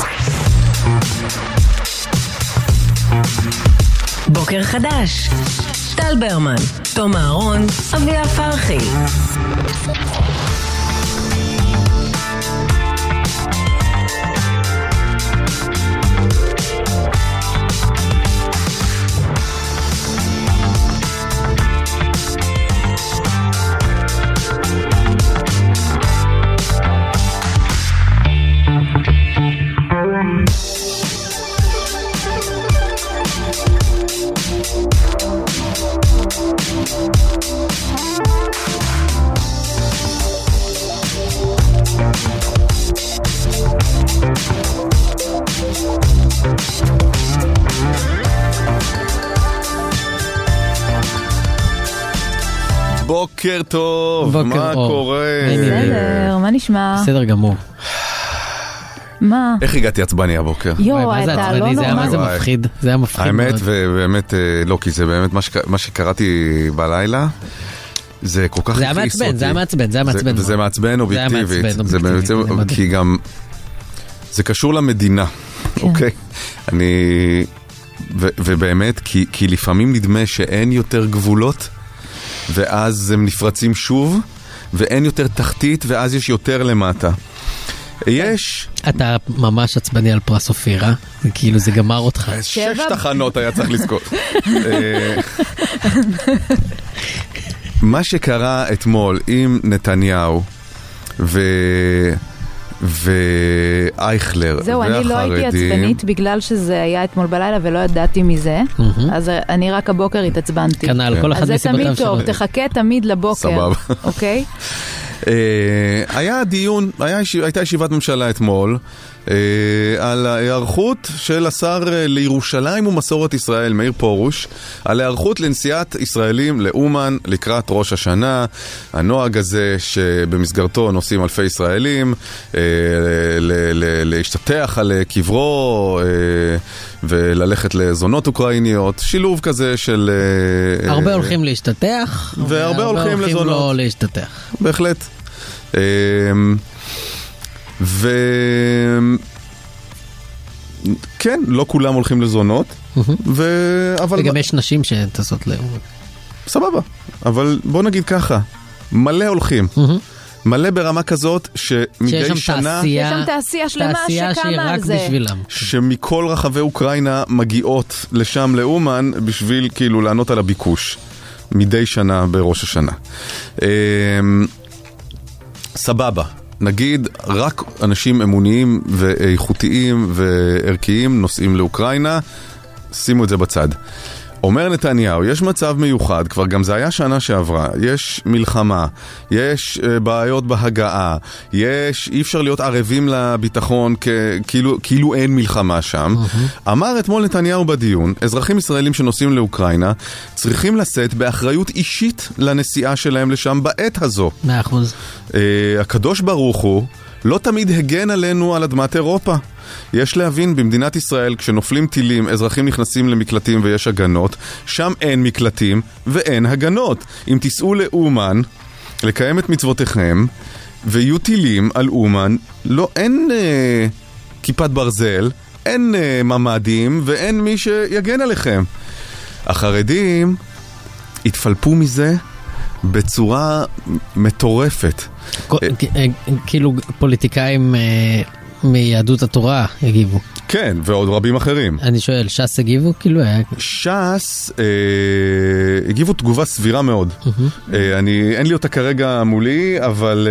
בוקר חדש. טל ברמן, תום אהרון, אביה פרחי.
בוקר טוב, מה קורה?
בסדר, מה נשמע?
בסדר גמור.
מה?
איך הגעתי עצבני הבוקר?
אתה לא נורמל.
מה זה מפחיד? זה היה מפחיד מאוד.
האמת, ובאמת, לא, כי זה באמת מה שקראתי בלילה, זה כל כך הכעיס אותי.
זה היה מעצבן.
וזה מעצבן אובייקטיבית. כי גם, זה קשור למדינה, אוקיי? ובאמת, כי לפעמים נדמה שאין יותר גבולות, ואז הם נפרצים שוב, ואין יותר תחתית, ואז יש יותר למטה. יש...
אתה ממש עצבני על פרס אופירה, כאילו זה גמר אותך.
6 תחנות היה צריך לזכור. מה שקרה אתמול עם נתניהו ואייכלר
זהו, אני לא הייתי עצבנית בגלל שזה היה אתמול בלילה ולא ידעתי מזה, אז אני רק הבוקר התעצבנתי.
כנ"ל, כל אחד
אז זה
מסיבותיו
תמיד טוב,
שלו.
תחכה תמיד לבוקר.
סבבה.
אוקיי?
היה דיון, הייתה ישיבת ממשלה אתמול על ההיערכות של השר לירושלים ומסורת ישראל, מאיר פרוש, על ההיערכות לנסיעת ישראלים לאומן לקראת ראש השנה, הנוהג הזה שבמסגרתו נוסעים אלפי ישראלים להשתטח על קברו וללכת לזונות אוקראיניות, שילוב כזה של...
הרבה הולכים להשתטח,
והרבה הולכים לזונות.
לא להשתטח.
בהחלט. כן, לא כולם הולכים לזונות,
וגם יש נשים שטסות לאומן.
סבבה, אבל בוא נגיד ככה, מלא הולכים. מלא ברמה כזאת שמדי שנה...
יש שם תעשייה שלמה שקמה על זה.
שמכל רחבי אוקראינה מגיעות לשם לאומן בשביל כאילו לענות על הביקוש. מדי שנה בראש השנה. סבבה, נגיד רק אנשים אמוניים ואיכותיים וערכיים נוסעים לאוקראינה, שימו את זה בצד. אומר נתניהו, יש מצב מיוחד, כבר גם זה היה שנה שעברה, יש מלחמה, יש בעיות בהגעה, אי אפשר להיות ערבים לביטחון כאילו אין מלחמה שם. אמר אתמול נתניהו בדיון, אזרחים ישראלים שנוסעים לאוקראינה צריכים לשאת באחריות אישית לנסיעה שלהם לשם בעת הזו.
100%.
הקדוש ברוך הוא לא תמיד הגן עלינו על אדמת אירופה. יש להבין, במדינת ישראל, כשנופלים טילים, אזרחים נכנסים למקלטים ויש הגנות, שם אין מקלטים ואין הגנות. אם תיסעו לאומן, לקיים את מצוותיכם, ויהיו טילים על אומן, אין כיפת ברזל, אין ממדים ואין מי שיגן עליכם. החרדים התפלפו מזה בצורה מטורפת.
כאילו פוליטיקאים מיהדות התורה הגיבו.
כן, ועוד רבים אחרים.
אני שואל, ש"ס הגיבו? כאילו היה...
ש"ס הגיבו תגובה סבירה מאוד. אין לי אותה כרגע מולי, אבל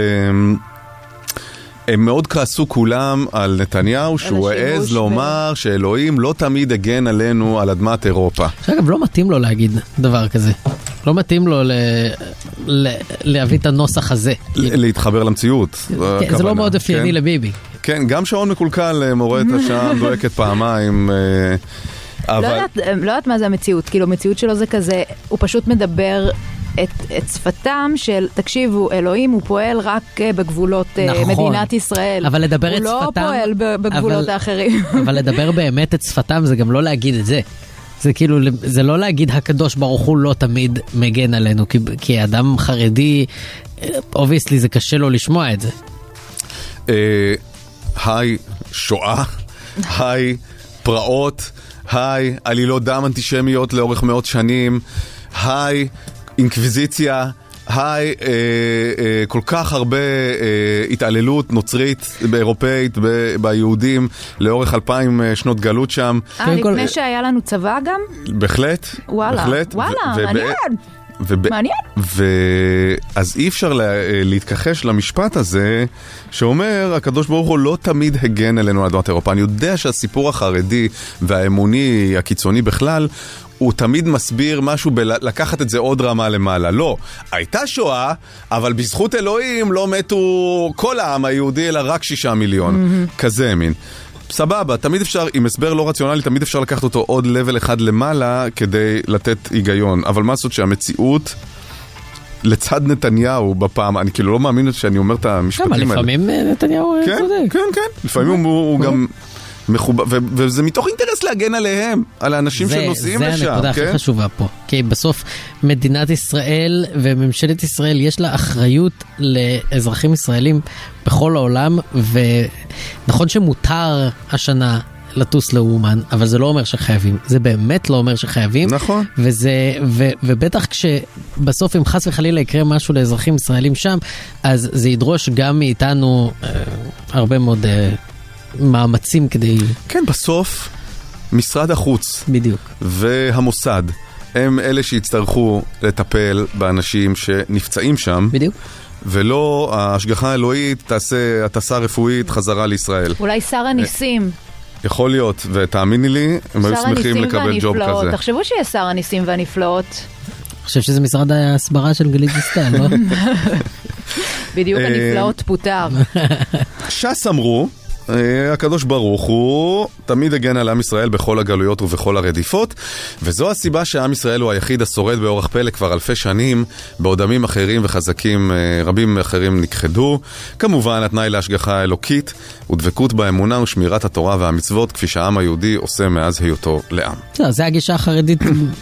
הם מאוד כעסו כולם על נתניהו, שהוא העז לומר שאלוהים לא תמיד הגן עלינו על אדמת אירופה.
אגב, לא מתאים לו להגיד דבר כזה. לא מתאים לו להביא את הנוסח הזה.
להתחבר למציאות.
זה לא מאוד אופייני לביבי.
כן, גם שעון מקולקל מורה את השעה, דואקת פעמיים.
לא יודעת מה זה המציאות. כאילו, המציאות שלו זה כזה, הוא פשוט מדבר את שפתם של, תקשיבו, אלוהים הוא פועל רק בגבולות מדינת ישראל.
אבל לדבר את שפתם...
הוא לא פועל בגבולות האחרים.
אבל לדבר באמת את שפתם זה גם לא להגיד את זה. זה כאילו, זה לא להגיד הקדוש ברוך הוא לא תמיד מגן עלינו, כי אדם חרדי, obviously זה קשה לו לשמוע את זה.
היי שואה, היי פרעות, היי עלילות דם אנטישמיות לאורך מאות שנים, היי אינקוויזיציה, היי כל כך הרבה התעללות נוצרית באירופאית ביהודים לאורך 2000 שנות גלות שם.
לפני שהיה לנו צבא גם?
בהחלט.
וואלה, מעניין. מעניין.
אז אי אפשר להתכחש למשפט הזה שאומר, הקדוש ברוך הוא לא תמיד הגן עלינו על אדמת אירופה. אני יודע שהסיפור החרדי והאמוני הקיצוני בכלל הוא תמיד מסביר משהו לקחת את זה עוד רמה למעלה. לא, הייתה שואה, אבל בזכות אלוהים לא מתו כל העם היהודי, אלא רק 6 מיליון. כזה מין. סבבה, תמיד אפשר, עם הסבר לא רציונלי, תמיד אפשר לקחת אותו עוד לבל אחד למעלה כדי לתת היגיון. אבל מה לעשות שהמציאות לצד נתניהו בפעם, אני כאילו לא מאמין שאני אומר את המשפטים האלה.
לפעמים נתניהו צודק.
כן, כן, לפעמים הוא גם... וזה מתוך אינטרס להגן עליהם, על האנשים שנוסעים לשם.
זה הנקודה הכי חשובה פה. כי בסוף מדינת ישראל וממשלת ישראל יש לה אחריות לאזרחים ישראלים בכל העולם, ונכון שמותר השנה לטוס לאומן, אבל זה לא אומר שחייבים. זה באמת לא אומר שחייבים.
נכון.
ובטח כשבסוף אם חס וחלילה יקרה משהו לאזרחים ישראלים שם, אז זה ידרוש גם מאיתנו הרבה מאוד... מאמצים כדי...
כן, בסוף משרד החוץ
בדיוק.
והמוסד הם אלה שיצטרכו לטפל באנשים שנפצעים שם.
בדיוק.
ולא ההשגחה האלוהית תעשה הטסה רפואית חזרה לישראל.
אולי שר הניסים.
יכול להיות, ותאמיני לי, הם היו שמחים לקבל ג'וב כזה.
תחשבו שיהיה שר הניסים והנפלאות.
אני חושב שזה משרד ההסברה של גלית דיסטל, לא?
בדיוק הנפלאות פוטר.
ש"ס אמרו, הקדוש ברוך הוא תמיד הגן על עם ישראל בכל הגלויות ובכל הרדיפות, וזו הסיבה שעם ישראל הוא היחיד השורד באורח פלא כבר אלפי שנים, בעוד עמים אחרים וחזקים רבים אחרים נכחדו. כמובן התנאי להשגחה האלוקית ודבקות באמונה ושמירת התורה והמצוות, כפי שהעם היהודי עושה מאז היותו לעם.
זה הגישה החרדית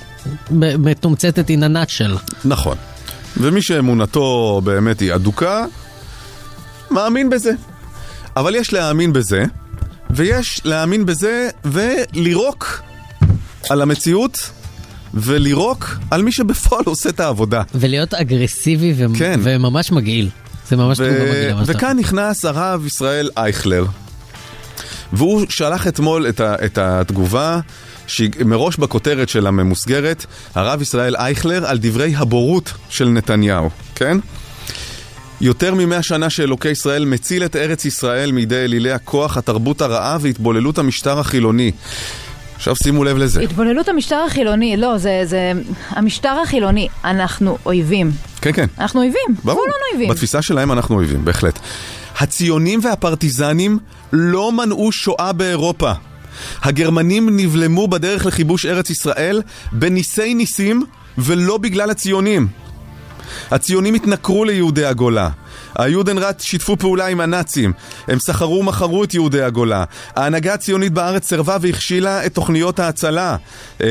מתומצתת in a nutshell.
נכון. ומי שאמונתו באמת היא אדוקה, מאמין בזה. אבל יש להאמין בזה, ויש להאמין בזה ולירוק על המציאות, ולירוק על מי שבפועל עושה את העבודה.
ולהיות אגרסיבי וממש מגעיל. זה ממש תגובה מגעילה.
וכאן נכנס הרב ישראל אייכלר, והוא שלח אתמול את התגובה, שמראש בכותרת של הממוסגרת, הרב ישראל אייכלר על דברי הבורות של נתניהו, כן? יותר מ100 שנה שאלוקי ישראל מציל את ארץ ישראל מידי אלילי הכוח, התרבות הרעה והתבוללות המשטר החילוני. עכשיו שימו לב לזה.
התבוללות המשטר החילוני, לא, זה המשטר החילוני, אנחנו אויבים.
כן, כן.
אנחנו אויבים, כולנו אויבים.
בתפיסה שלהם אנחנו אויבים, בהחלט. הציונים והפרטיזנים לא מנעו שואה באירופה. הגרמנים נבלמו בדרך לכיבוש ארץ ישראל בניסי ניסים ולא בגלל הציונים. הציונים התנכרו ליהודי הגולה. היודנראט שיתפו פעולה עם הנאצים. הם סחרו ומחרו את יהודי הגולה. ההנהגה הציונית בארץ סרבה והכשילה את תוכניות ההצלה. אני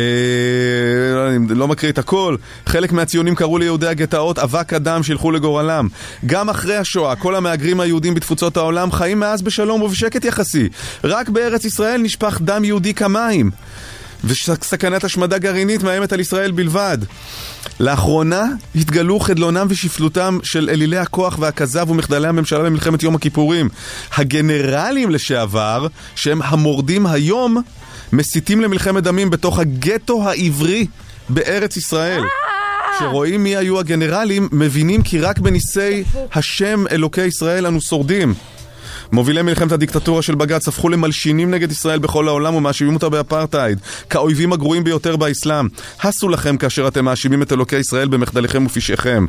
לא מקריא את הכל. חלק מהציונים קראו ליהודי הגטאות אבק אדם שילכו לגורלם. גם אחרי השואה, כל המהגרים היהודים בתפוצות העולם חיים מאז בשלום ובשקט יחסי. רק בארץ ישראל נשפך דם יהודי כמים. וסכנת השמדה גרעינית מאיימת על ישראל בלבד. לאחרונה התגלו חדלונם ושפלותם של אלילי הכוח והכזב ומחדלי הממשלה במלחמת יום הכיפורים. הגנרלים לשעבר, שהם המורדים היום, מסיתים למלחמת דמים בתוך הגטו העברי בארץ ישראל. כשרואים מי היו הגנרלים, מבינים כי רק בניסי השם אלוקי ישראל אנו שורדים. מובילי מלחמת הדיקטטורה של בג"ץ הפכו למלשינים נגד ישראל בכל העולם ומאשימים אותה באפרטהייד, כאויבים הגרועים ביותר באסלאם. הסו לכם כאשר אתם מאשימים את אלוקי ישראל במחדליכם ופשעיכם.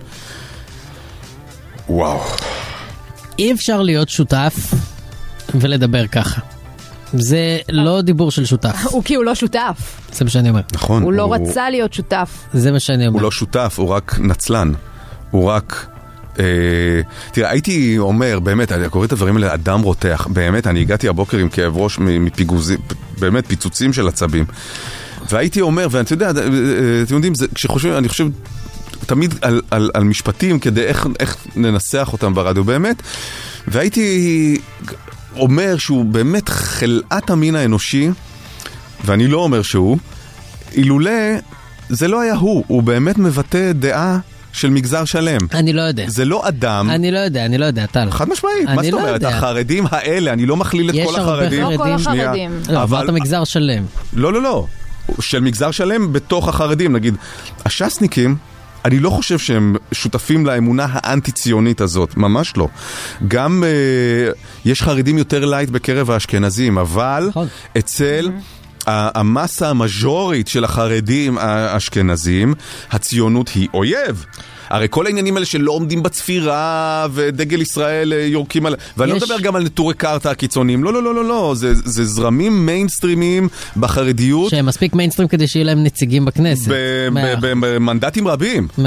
וואו.
אי אפשר להיות שותף ולדבר ככה. זה לא דיבור של שותף.
הוא כי הוא לא שותף.
זה מה שאני אומר.
נכון.
הוא לא רצה להיות שותף.
זה מה שאני אומר.
הוא לא שותף, הוא רק נצלן. הוא רק... תראה, הייתי אומר, באמת, אני קורא את הדברים האלה, אדם רותח, באמת, אני הגעתי הבוקר עם כאב ראש מפיגוזים, באמת, פיצוצים של עצבים, והייתי אומר, ואתה יודע, אתם יודעים, כשחושבים, אני חושב תמיד על משפטים, כדי איך ננסח אותם ברדיו, באמת, והייתי אומר שהוא באמת חלאת המין האנושי, ואני לא אומר שהוא, אילולא, זה לא היה הוא באמת מבטא דעה של מגזר שלם.
אני לא יודע.
זה לא אדם.
אני לא יודע, טל.
חד משמעית. מה זאת אומרת? החרדים האלה, אני לא מכליל את כל החרדים.
לא כל החרדים.
אבל אתה מגזר שלם.
לא. של מגזר שלם בתוך החרדים. נגיד, הש"סניקים, אני לא חושב שהם שותפים לאמונה האנטי-ציונית הזאת. ממש לא. גם יש חרדים יותר לייט בקרב האשכנזים, אבל אצל... המסה המז'ורית של החרדים האשכנזים, הציונות היא אויב. הרי כל העניינים האלה שלא עומדים בצפירה ודגל ישראל יורקים על... ואני לא מדבר גם על נטורי קרתא הקיצוניים. לא. זה זרמים מיינסטרימיים בחרדיות. שהם
מספיק מיינסטרים כדי שיהיה להם נציגים בכנסת.
במנדטים רבים.
100%.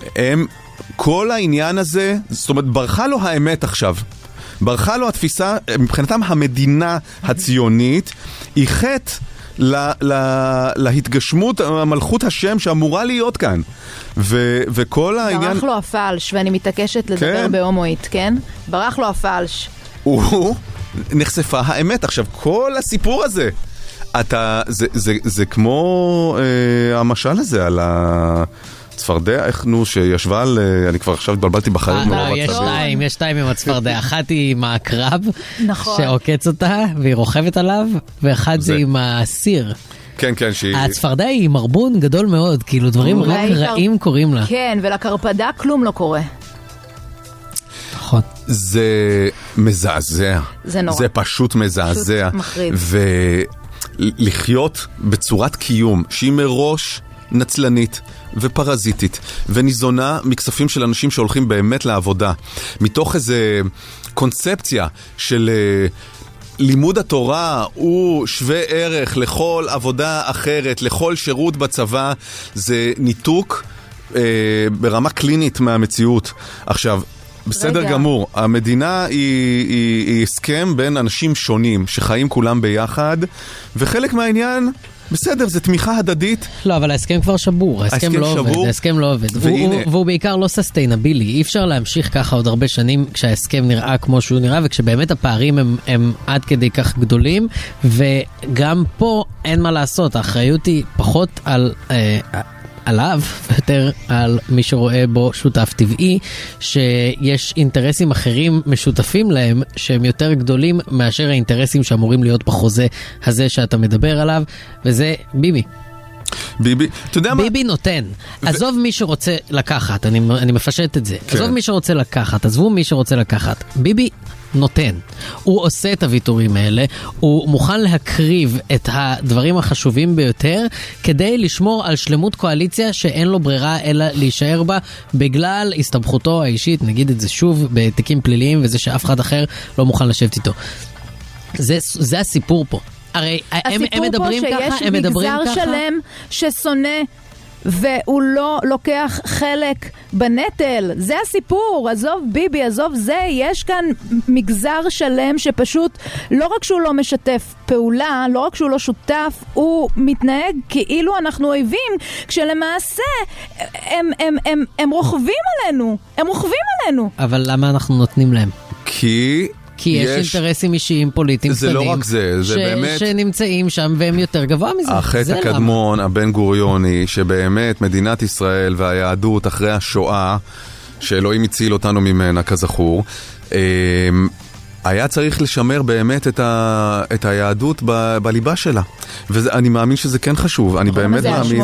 כל העניין הזה, זאת אומרת, ברכה לו האמת עכשיו. ברכה לו התפיסה, מבחינתם המדינה הציונית, היא חטא להתגשמות מלכות השם שאמורה להיות כאן. וכל העניין...
ברח לו הפלש, ואני מתעקשת לדבר בהומואית, כן? ברח לו הפלש.
הוא נחשפה האמת. עכשיו, כל הסיפור הזה, זה כמו המשל הזה על צפרדע, איך שישבה על... אני כבר עכשיו התבלבלתי בחיים.
יש שתיים עם הצפרדע. אחת היא עם הקרב, שעוקץ אותה, והיא רוכבת עליו, ואחת זה עם הסיר.
כן,
הצפרדע היא עם מרבון גדול מאוד, כאילו דברים רק רעים קוראים לה.
כן, ולקרפדה כלום לא קורה.
נכון.
זה מזעזע.
זה נורא.
זה פשוט מזעזע.
פשוט מחריד.
ולחיות בצורת קיום, שהיא מראש נצלנית ופרזיטית, וניזונה מכספים של אנשים שהולכים באמת לעבודה, מתוך איזה קונספציה של לימוד התורה הוא שווה ערך לכל עבודה אחרת, לכל שירות בצבא. זה ניתוק ברמה קלינית מהמציאות. עכשיו, בסדר גמור, המדינה היא הסכם בין אנשים שונים שחיים כולם ביחד, וחלק מהעניין בסדר, זה תמיכה הדדית.
לא, אבל ההסכם כבר שבור. ההסכם לא עובד. והוא בעיקר לא ססטיינבילי. אי אפשר להמשיך ככה עוד הרבה שנים כשההסכם נראה כמו שהוא נראה, וכשבאמת הפערים הם עד כדי כך גדולים, וגם פה אין מה לעשות. האחריות היא פחות עליו, יותר על מי שרואה בו שותף טבעי, שיש אינטרסים אחרים משותפים להם, שהם יותר גדולים מאשר האינטרסים שאמורים להיות בחוזה הזה שאתה מדבר עליו, וזה ביבי.
ביבי, אתה יודע מה?
ביבי נותן. עזוב מי שרוצה לקחת, אני מפשט את זה. עזוב מי שרוצה לקחת, עזבו מי שרוצה לקחת. ביבי נותן. הוא עושה את הוויתורים האלה, הוא מוכן להקריב את הדברים החשובים ביותר, כדי לשמור על שלמות קואליציה שאין לו ברירה אלא להישאר בה, בגלל הסתבכותו האישית, נגיד את זה שוב, בתיקים פליליים, וזה שאף אחד אחר לא מוכן לשבת איתו. זה הסיפור פה. הרי הם מדברים ככה, הם מדברים ככה.
הסיפור פה שיש מגזר שלם ששונא והוא לא לוקח חלק בנטל. זה הסיפור. עזוב ביבי, עזוב זה. יש כאן מגזר שלם שפשוט לא רק שהוא לא משתף פעולה, לא רק שהוא לא שותף, הוא מתנהג כאילו אנחנו אויבים, כשלמעשה הם רוכבים עלינו. הם רוכבים עלינו.
אבל למה אנחנו נותנים להם?
כי
יש אינטרסים אישיים פוליטיים
קטנים. זה לא רק זה, זה באמת
שנמצאים שם והם יותר גבוה מזה.
החטא הקדמון, הבן גוריוני, שבאמת מדינת ישראל והיהדות אחרי השואה, שאלוהים הציל אותנו ממנה כזכור, היה צריך לשמר באמת את היהדות בליבה שלה. ואני מאמין שזה כן חשוב. אני באמת מאמין.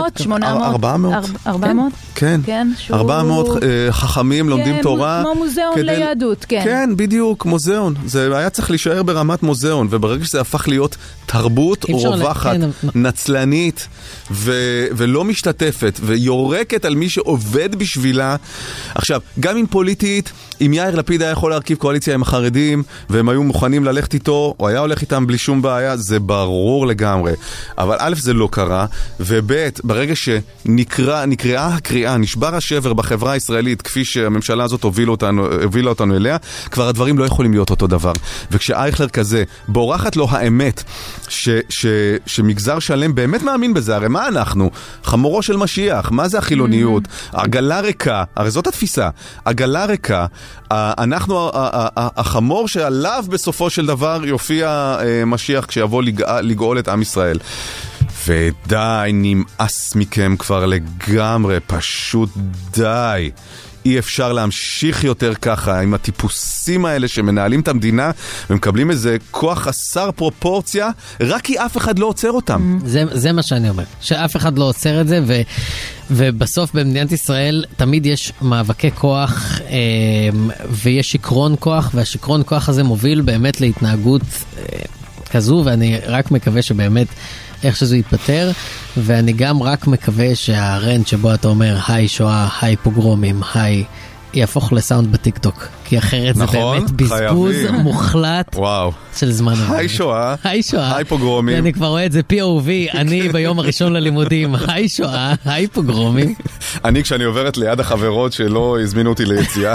400? כן. 400 חכמים לומדים תורה.
כמו מוזיאון ליהדות, כן.
כן, בדיוק, מוזיאון. זה היה צריך להישאר ברמת מוזיאון, וברגע שזה הפך להיות תרבות רווחת, נצלנית, ולא משתתפת, ויורקת על מי שעובד בשבילה. עכשיו, גם אם פוליטית, אם יאיר לפיד היה יכול להרכיב קואליציה עם החרדים, והם היו מוכנים ללכת איתו, או היה הולך איתם בלי שום בעיה, זה ברור לגמרי. אבל א', זה לא קרה, וב', ברגע שנקראה הקריאה, נשבר השבר בחברה הישראלית, כפי שהממשלה הזאת הובילה אותנו אליה, כבר הדברים לא יכולים להיות אותו דבר. וכשאייכלר כזה, בורחת לו האמת, שמגזר שלם באמת מאמין בזה, הרי מה אנחנו? חמורו של משיח, מה זה החילוניות? עגלה ריקה, הרי זאת התפיסה, עגלה ריקה, אנחנו החמור שעליו בסופו של דבר יופיע משיח כשיבוא לגאול את עם ישראל. ודי, נמאס מכם כבר לגמרי, פשוט די. אי אפשר להמשיך יותר ככה עם הטיפוסים האלה שמנהלים את המדינה ומקבלים איזה כוח חסר פרופורציה רק כי אף אחד לא עוצר אותם.
זה מה שאני אומר, שאף אחד לא עוצר את זה, ובסוף במדינת ישראל תמיד יש מאבקי כוח ויש שיקרון כוח, והשיקרון כוח הזה מוביל באמת להתנהגות כזו, ואני רק מקווה שבאמת איך שזה יתפטר, ואני גם רק מקווה שהרנט שבו אתה אומר היי שואה, היי פוגרומים, היי, יהפוך לסאונד בטיקטוק, כי אחרת זה באמת בזבוז מוחלט של זמן.
היי שואה, היי פוגרומים.
ואני כבר רואה את זה POV, אני ביום הראשון ללימודים, היי שואה, היי פוגרומים.
אני כשאני עוברת ליד החברות שלא הזמינו אותי ליציאה.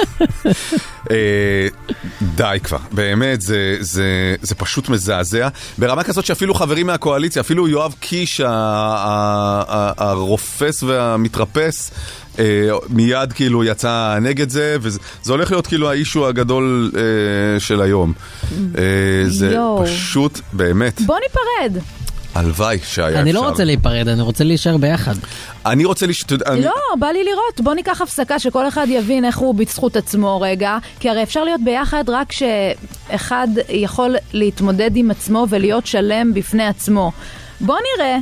די כבר, באמת זה פשוט מזעזע, ברמה כזאת שאפילו חברים מהקואליציה, אפילו יואב קיש הרופס והמתרפס, מיד כאילו יצא נגד זה, וזה הולך להיות כאילו האישו הגדול של היום. זה פשוט באמת.
בוא ניפרד.
הלוואי שהיה אפשר.
אני לא רוצה להיפרד, אני רוצה להישאר ביחד.
אני רוצה
לא, בא לי לראות. בוא ניקח הפסקה שכל אחד יבין איך הוא בזכות עצמו רגע, כי הרי אפשר להיות ביחד רק שאחד יכול להתמודד עם עצמו ולהיות שלם בפני עצמו. בוא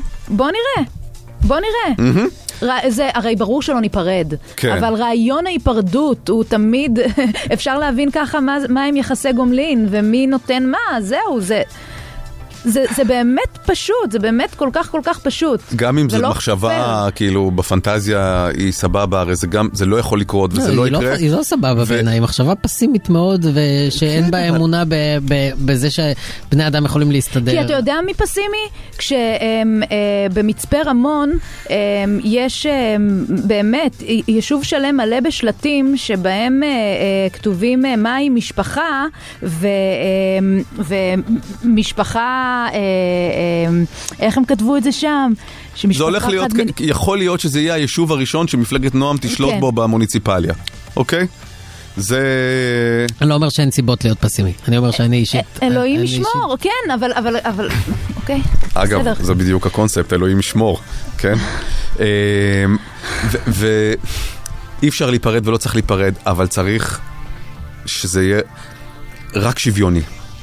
נראה. זה הרי ברור שלא ניפרד, אבל רעיון ההיפרדות הוא תמיד, אפשר להבין ככה מה הם יחסי גומלין ומי נותן מה, זהו, זה באמת פשוט, זה באמת כל כך פשוט.
גם אם זאת מחשבה, כאילו, בפנטזיה היא סבבה, הרי זה לא יכול לקרות, וזה לא יקרה.
היא לא סבבה בעיניי, היא מחשבה פסימית מאוד, ושאין בה אמונה בזה שבני אדם יכולים להסתדר.
כי אתה יודע מי פסימי? כשבמצפה רמון יש באמת יישוב שלם מלא בשלטים, שבהם כתובים מהי משפחה, ומשפחה איך הם כתבו את זה שם?
זה הולך להיות, יכול להיות שזה יהיה היישוב הראשון שמפלגת נועם תשלוט בו במוניציפליה. אוקיי? זה...
אני לא אומר שאין סיבות להיות פסימי. אני אומר שאני אישית...
אלוהים ישמור, כן, אבל... אוקיי,
אגב, זה בדיוק הקונספט, אלוהים ישמור, כן? ואי אפשר להיפרד ולא צריך להיפרד, אבל צריך שזה יהיה רק שוויוני.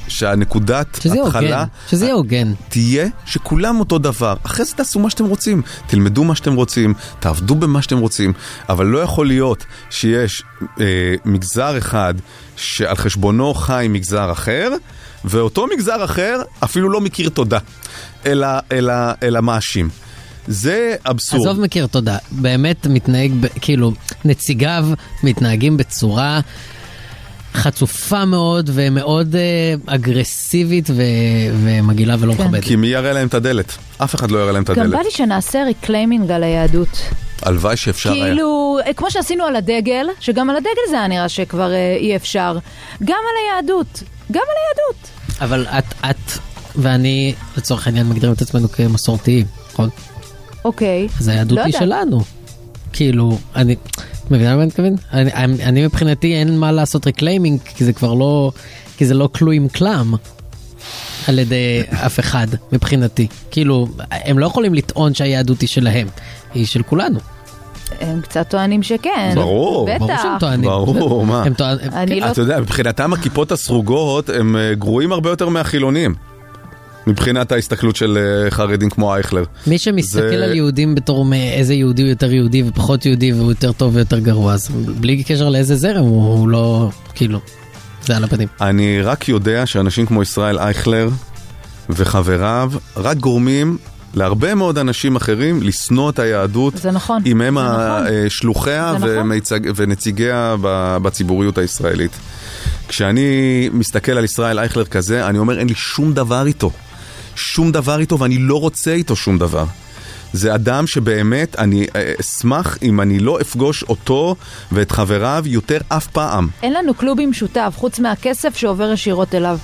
שהנקודת התחלה
שזה יהיה הוגן.
תהיה שכולם אותו דבר. אחרי זה תעשו מה שאתם רוצים, תלמדו מה שאתם רוצים, תעבדו במה שאתם רוצים, אבל לא יכול להיות שיש מגזר אחד שעל חשבונו חי מגזר אחר, ואותו מגזר אחר אפילו לא מכיר תודה, אלא מאשים. זה אבסורד.
עזוב מכיר תודה, באמת מתנהג, כאילו, נציגיו מתנהגים בצורה חצופה מאוד ומאוד אגרסיבית ומגילה ולא מכבדת.
כי מי יראה להם את הדלת? אף אחד לא יראה להם את הדלת.
גם בא לי שנעשה ריקליימינג על היהדות.
הלוואי שאפשר היה.
כאילו, כמו שעשינו על הדגל, שגם על הדגל זה היה נראה שכבר אי אפשר. גם על היהדות. גם על היהדות.
אבל את ואני, לצורך העניין, מגדירים את עצמנו כמסורתיים, נכון?
אוקיי.
אז היהדות היא שלנו. כאילו, אני... מבינה מה אני מתכוון? אני מבחינתי אין מה לעשות ריקליימינג, כי זה כבר לא... כי זה לא כלוא עם כלם על ידי אף אחד, מבחינתי. כאילו, הם לא יכולים לטעון שהיהדות היא שלהם. היא של כולנו.
הם קצת טוענים שכן.
ברור.
בטח.
ברור שהם טוענים.
ברור, מה?
אתה
יודע, מבחינתם הכיפות הסרוגות הם גרועים הרבה יותר מהחילונים. מבחינת ההסתכלות של חרדים כמו אייכלר.
מי שמסתכל על יהודים בתור איזה יהודי הוא יותר יהודי ופחות יהודי והוא יותר טוב ויותר גרוע, אז בלי קשר לאיזה זרם הוא לא, כאילו, זה על הפנים.
אני רק יודע שאנשים כמו ישראל אייכלר וחבריו רק גורמים להרבה מאוד אנשים אחרים לשנוא את היהדות.
זה נכון.
אם הם שלוחיה ונציגיה בציבוריות הישראלית. כשאני מסתכל על ישראל אייכלר כזה, אני אומר אין לי שום דבר איתו. שום דבר איתו, ואני לא רוצה איתו שום דבר. זה אדם שבאמת אני אשמח אם אני לא אפגוש אותו ואת חבריו יותר אף פעם.
אין לנו קלובים משותף, חוץ מהכסף שעובר ישירות אליו.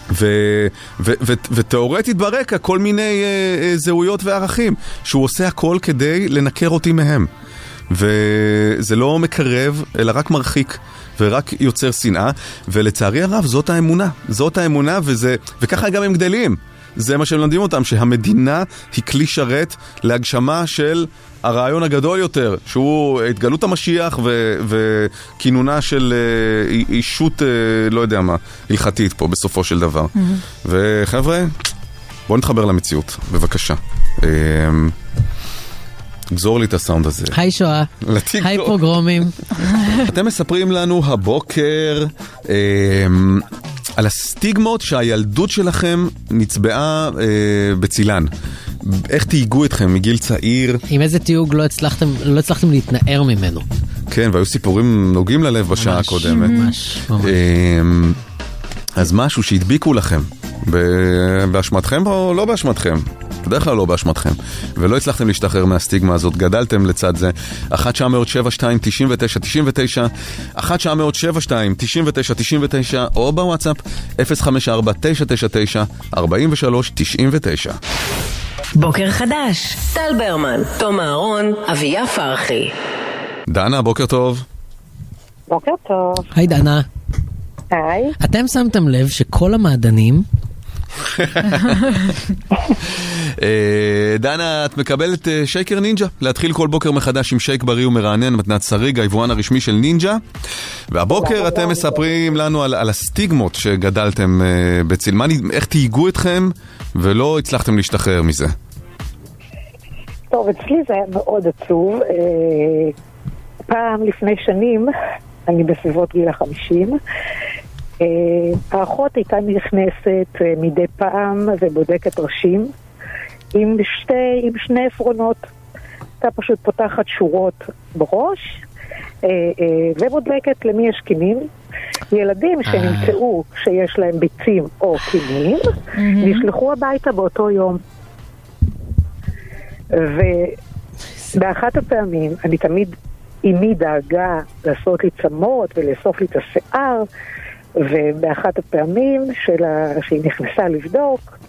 ותיאורטית ברקע כל מיני זהויות וערכים, שהוא עושה הכל כדי לנקר אותי מהם. וזה לא מקרב, אלא רק מרחיק. ורק יוצר שנאה, ולצערי הרב זאת האמונה. זאת האמונה, וככה גם הם גדלים. זה מה שהם לומדים אותם, שהמדינה היא כלי שרת להגשמה של הרעיון הגדול יותר, שהוא התגלות המשיח וכינונה של אישות, לא יודע מה, הלכתית פה בסופו של דבר. וחבר'ה, בואו נתחבר למציאות, בבקשה. גזור לי את הסאונד הזה.
היי שואה, היי פרוגרומים.
אתם מספרים לנו הבוקר על הסטיגמות שהילדות שלכם נצבעה בצילן. איך תהיגו אתכם מגיל צעיר?
עם איזה תיוג לא הצלחתם להתנער ממנו.
כן, והיו סיפורים נוגעים ללב בשעה הקודמת.
ממש.
אז משהו שהדביקו לכם, באשמתכם או לא באשמתכם? בדרך כלל לא באשמתכם, ולא הצלחתם להשתחרר מהסטיגמה הזאת, גדלתם לצד זה. 1-900-72-99-99, 1-900-72-99-99, או בוואטסאפ 054-999-4399.
בוקר חדש, טל ברמן, תום אהרון, אביה פרחי.
דנה, בוקר טוב.
בוקר טוב.
היי דנה.
היי.
אתם שמתם לב שכל המעדנים
דנה, את מקבלת שייקר נינג'ה, להתחיל כל בוקר מחדש עם שייק בריא ומרענן, מתנת שריג, היבואן הרשמי של נינג'ה. והבוקר אתם מספרים לנו על הסטיגמות שגדלתם בצילמן, איך תהיגו אתכם ולא הצלחתם להשתחרר מזה.
טוב, אצלי זה היה מאוד עצוב. פעם לפני שנים, אני בסביבות גיל 50, האחות הייתה נכנסת מדי פעם ובודקת ראשים עם שני עפרונות. הייתה פשוט פותחת שורות בראש ובודקת למי יש קינים. ילדים שנמצאו שיש להם ביצים או קינים נשלחו הביתה באותו יום. ובאחת הפעמים אני תמיד אימי דאגה לעשות לי צמות ולאסוף לי את השיער, ובאחת הפעמים שהיא נכנסה לבדוק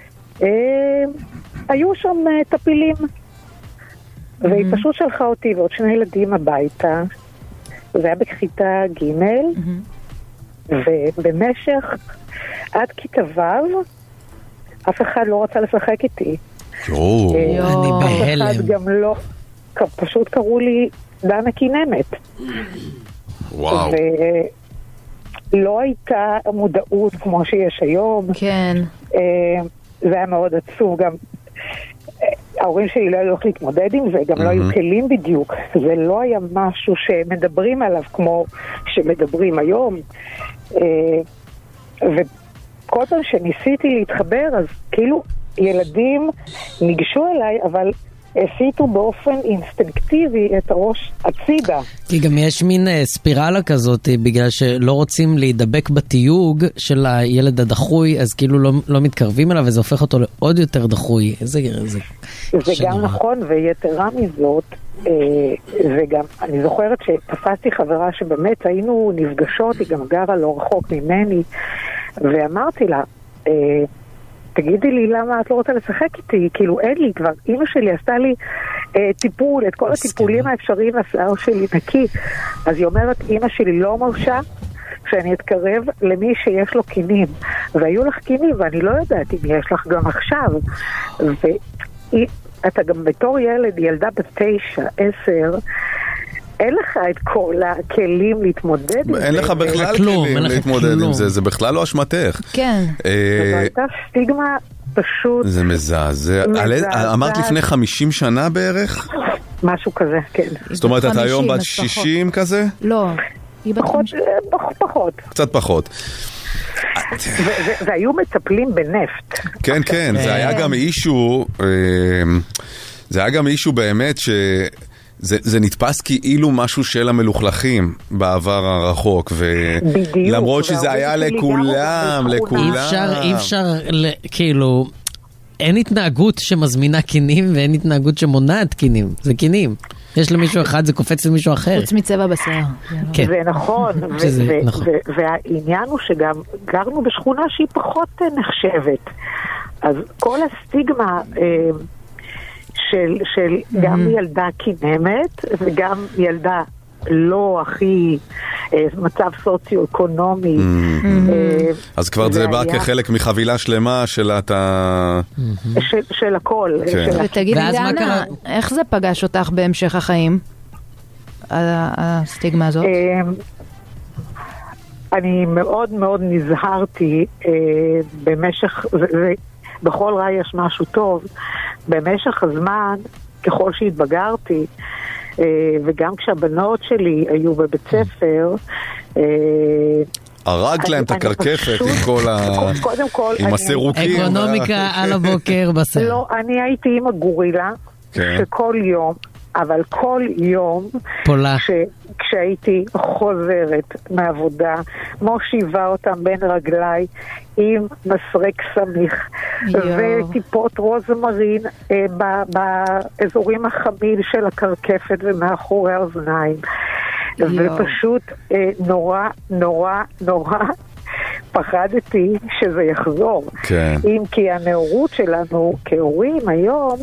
היו שם טפילים, והיא פשוט שלחה אותי ועוד שני ילדים הביתה. זה היה בכיתה ג', ובמשך עד כיתה ו' אף אחד לא רצה לשחק איתי.
אני בהלם.
אף אחד גם לא, פשוט קראו לי דנה כינמת.
וואו.
לא הייתה מודעות כמו שיש היום.
כן.
זה היה מאוד עצוב גם. ההורים שלי לא היו איך להתמודד עם זה, גם לא היו כלים בדיוק. זה לא היה משהו שמדברים עליו כמו שמדברים היום. וכל פעם שניסיתי להתחבר, אז כאילו ילדים ניגשו אליי, אבל הסיטו באופן אינסטינקטיבי את הראש הצידה.
כי גם יש מין ספירלה כזאת, בגלל שלא רוצים להידבק בתיוג של הילד הדחוי, אז כאילו לא מתקרבים אליו, וזה הופך אותו לעוד יותר דחוי. זה
גם נכון, ויתרה מזאת, וגם אני זוכרת שתפסתי חברה שבאמת היינו נפגשות, היא גם גרה לא רחוק ממני, ואמרתי לה, תגידי לי למה את לא רוצה לשחק איתי, כאילו אין לי כבר, אמא שלי עשתה לי טיפול, את כל הטיפולים האפשריים לשיער שלי נקי, אז היא אומרת, אמא שלי לא מרשה שאני אתקרב למי שיש לו קינים, והיו לך קינים ואני לא יודעת אם יש לך גם עכשיו, ואתה גם בתור ילדה בת 9, 10, אין לך את כל הכלים להתמודד עם זה.
אין לך בכלל כלים להתמודד עם זה, זה בכלל לא אשמתך.
כן.
זו הייתה סטיגמה פשוט...
זה מזעזע. אמרת לפני 50 שנה בערך?
משהו כזה, כן.
זאת אומרת, אתה היום בת 60 כזה?
לא.
פחות.
קצת פחות.
והיו מטפלים בנפט.
כן, כן, זה היה גם אישו באמת ש... זה נתפס כאילו משהו של המלוכלכים בעבר הרחוק, ולמרות שזה היה לכולם.
אי אפשר, כאילו, אין התנהגות שמזמינה קינים, ואין התנהגות שמונעת קינים, זה קינים. יש למישהו אחד, זה קופץ למישהו אחר.
חוץ מצבע בשיער.
זה נכון, והעניין הוא שגם גרנו בשכונה שהיא פחות נחשבת, אז כל הסטיגמה... של גם ילדה כינמת וגם ילדה לא הכי מצב סוציו-אקונומי.
אז כבר זה בא כחלק מחבילה שלמה של
של הכל.
ותגידי דנה, איך זה פגש אותך בהמשך החיים? הסטיגמה הזאת?
אני מאוד מאוד נזהרתי במשך... בכל רע יש משהו טוב. במשך הזמן, ככל שהתבגרתי, וגם כשהבנות שלי היו בבית ספר,
הרג להם את הקרקפת עם כל עם הסירוקים.
אקונומיקה על הבוקר בסדר.
לא, אני הייתי עם הגורילה, שכל יום, אבל כל יום, כשהייתי חוזרת מעבודה, מושיבה אותם בין רגליי עם מסרק סמיך וטיפות רוזמרין באזורים החמים של הקרקפת ומאחורי האוזניים, ופשוט נורא נורא נורא פחדתי שזה יחזור. אם כי הנאורות שלנו כהורים היום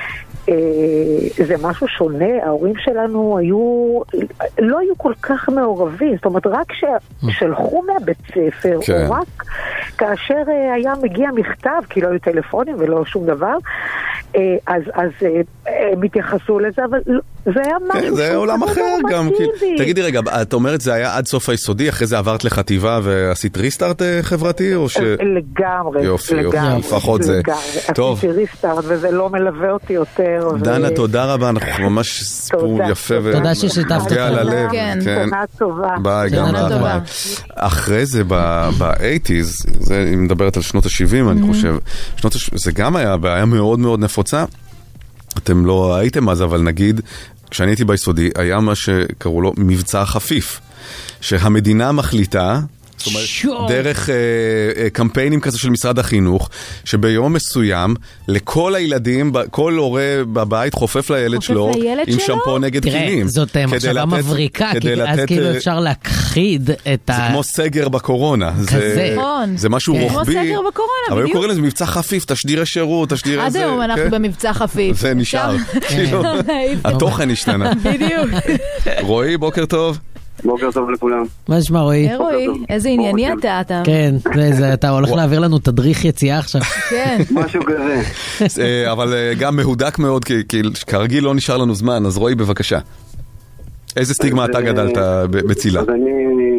זה משהו שונה. ההורים שלנו לא היו כל כך מעורבים, זאת אומרת רק ששלחו מהבית ספר, או רק כאשר היה מגיע מכתב, כי לא היו טלפונים ולא שום דבר, אז הם התייחסו לזה, אבל זה היה משהו
זה עולם אחר גם. תגידי רגע, את אומרת זה היה עד סוף היסודי, אחרי זה עברת לחטיבה ועשית ריסטארט חברתי?
לגמרי.
יופי, לפחות זה טוב.
עשיתי ריסטארט וזה לא מלווה אותי יותר.
דנה, תודה רבה, אנחנו ממש סיפור יפה
תודה ששיתפת
ללב.
שנה טובה.
ביי, גם לך. אחרי זה ב-80s, היא מדברת על שנות ה-70 אני חושב, זה גם היה בעיה מאוד מאוד נפוצה. אתם לא הייתם אז, אבל נגיד כשאני הייתי ביסודי היה מה שקראו לו מבצע חפיף, שהמדינה מחליטה, זאת אומרת, דרך קמפיינים כזה של משרד החינוך, שביום מסוים לכל הילדים, כל הורה בבית חופף לילד שלו עם שמפו נגד קינים.
תראה, זאת מחשבה מבריקה, כי אז כאילו אפשר להכחיד את
זה כמו סגר בקורונה. זה משהו רוחבי.
כמו סגר בקורונה,
אבל היו קוראים לזה מבצע חפיף, תשדירי שירות, תשדירי
עד היום אנחנו במבצע חפיף.
זה נשאר. התוכן השתנה.
בדיוק.
רועי, בוקר טוב.
בוקר טוב לכולם.
מה נשמע רועי?
רועי, איזה ענייני אתה.
כן, אתה הולך להעביר לנו תדריך יציאה עכשיו.
כן.
משהו כזה.
אבל גם מהודק מאוד, כי כרגיל לא נשאר לנו זמן, אז רועי בבקשה. איזה סטיגמה אתה גדלת בצילה?
אז אני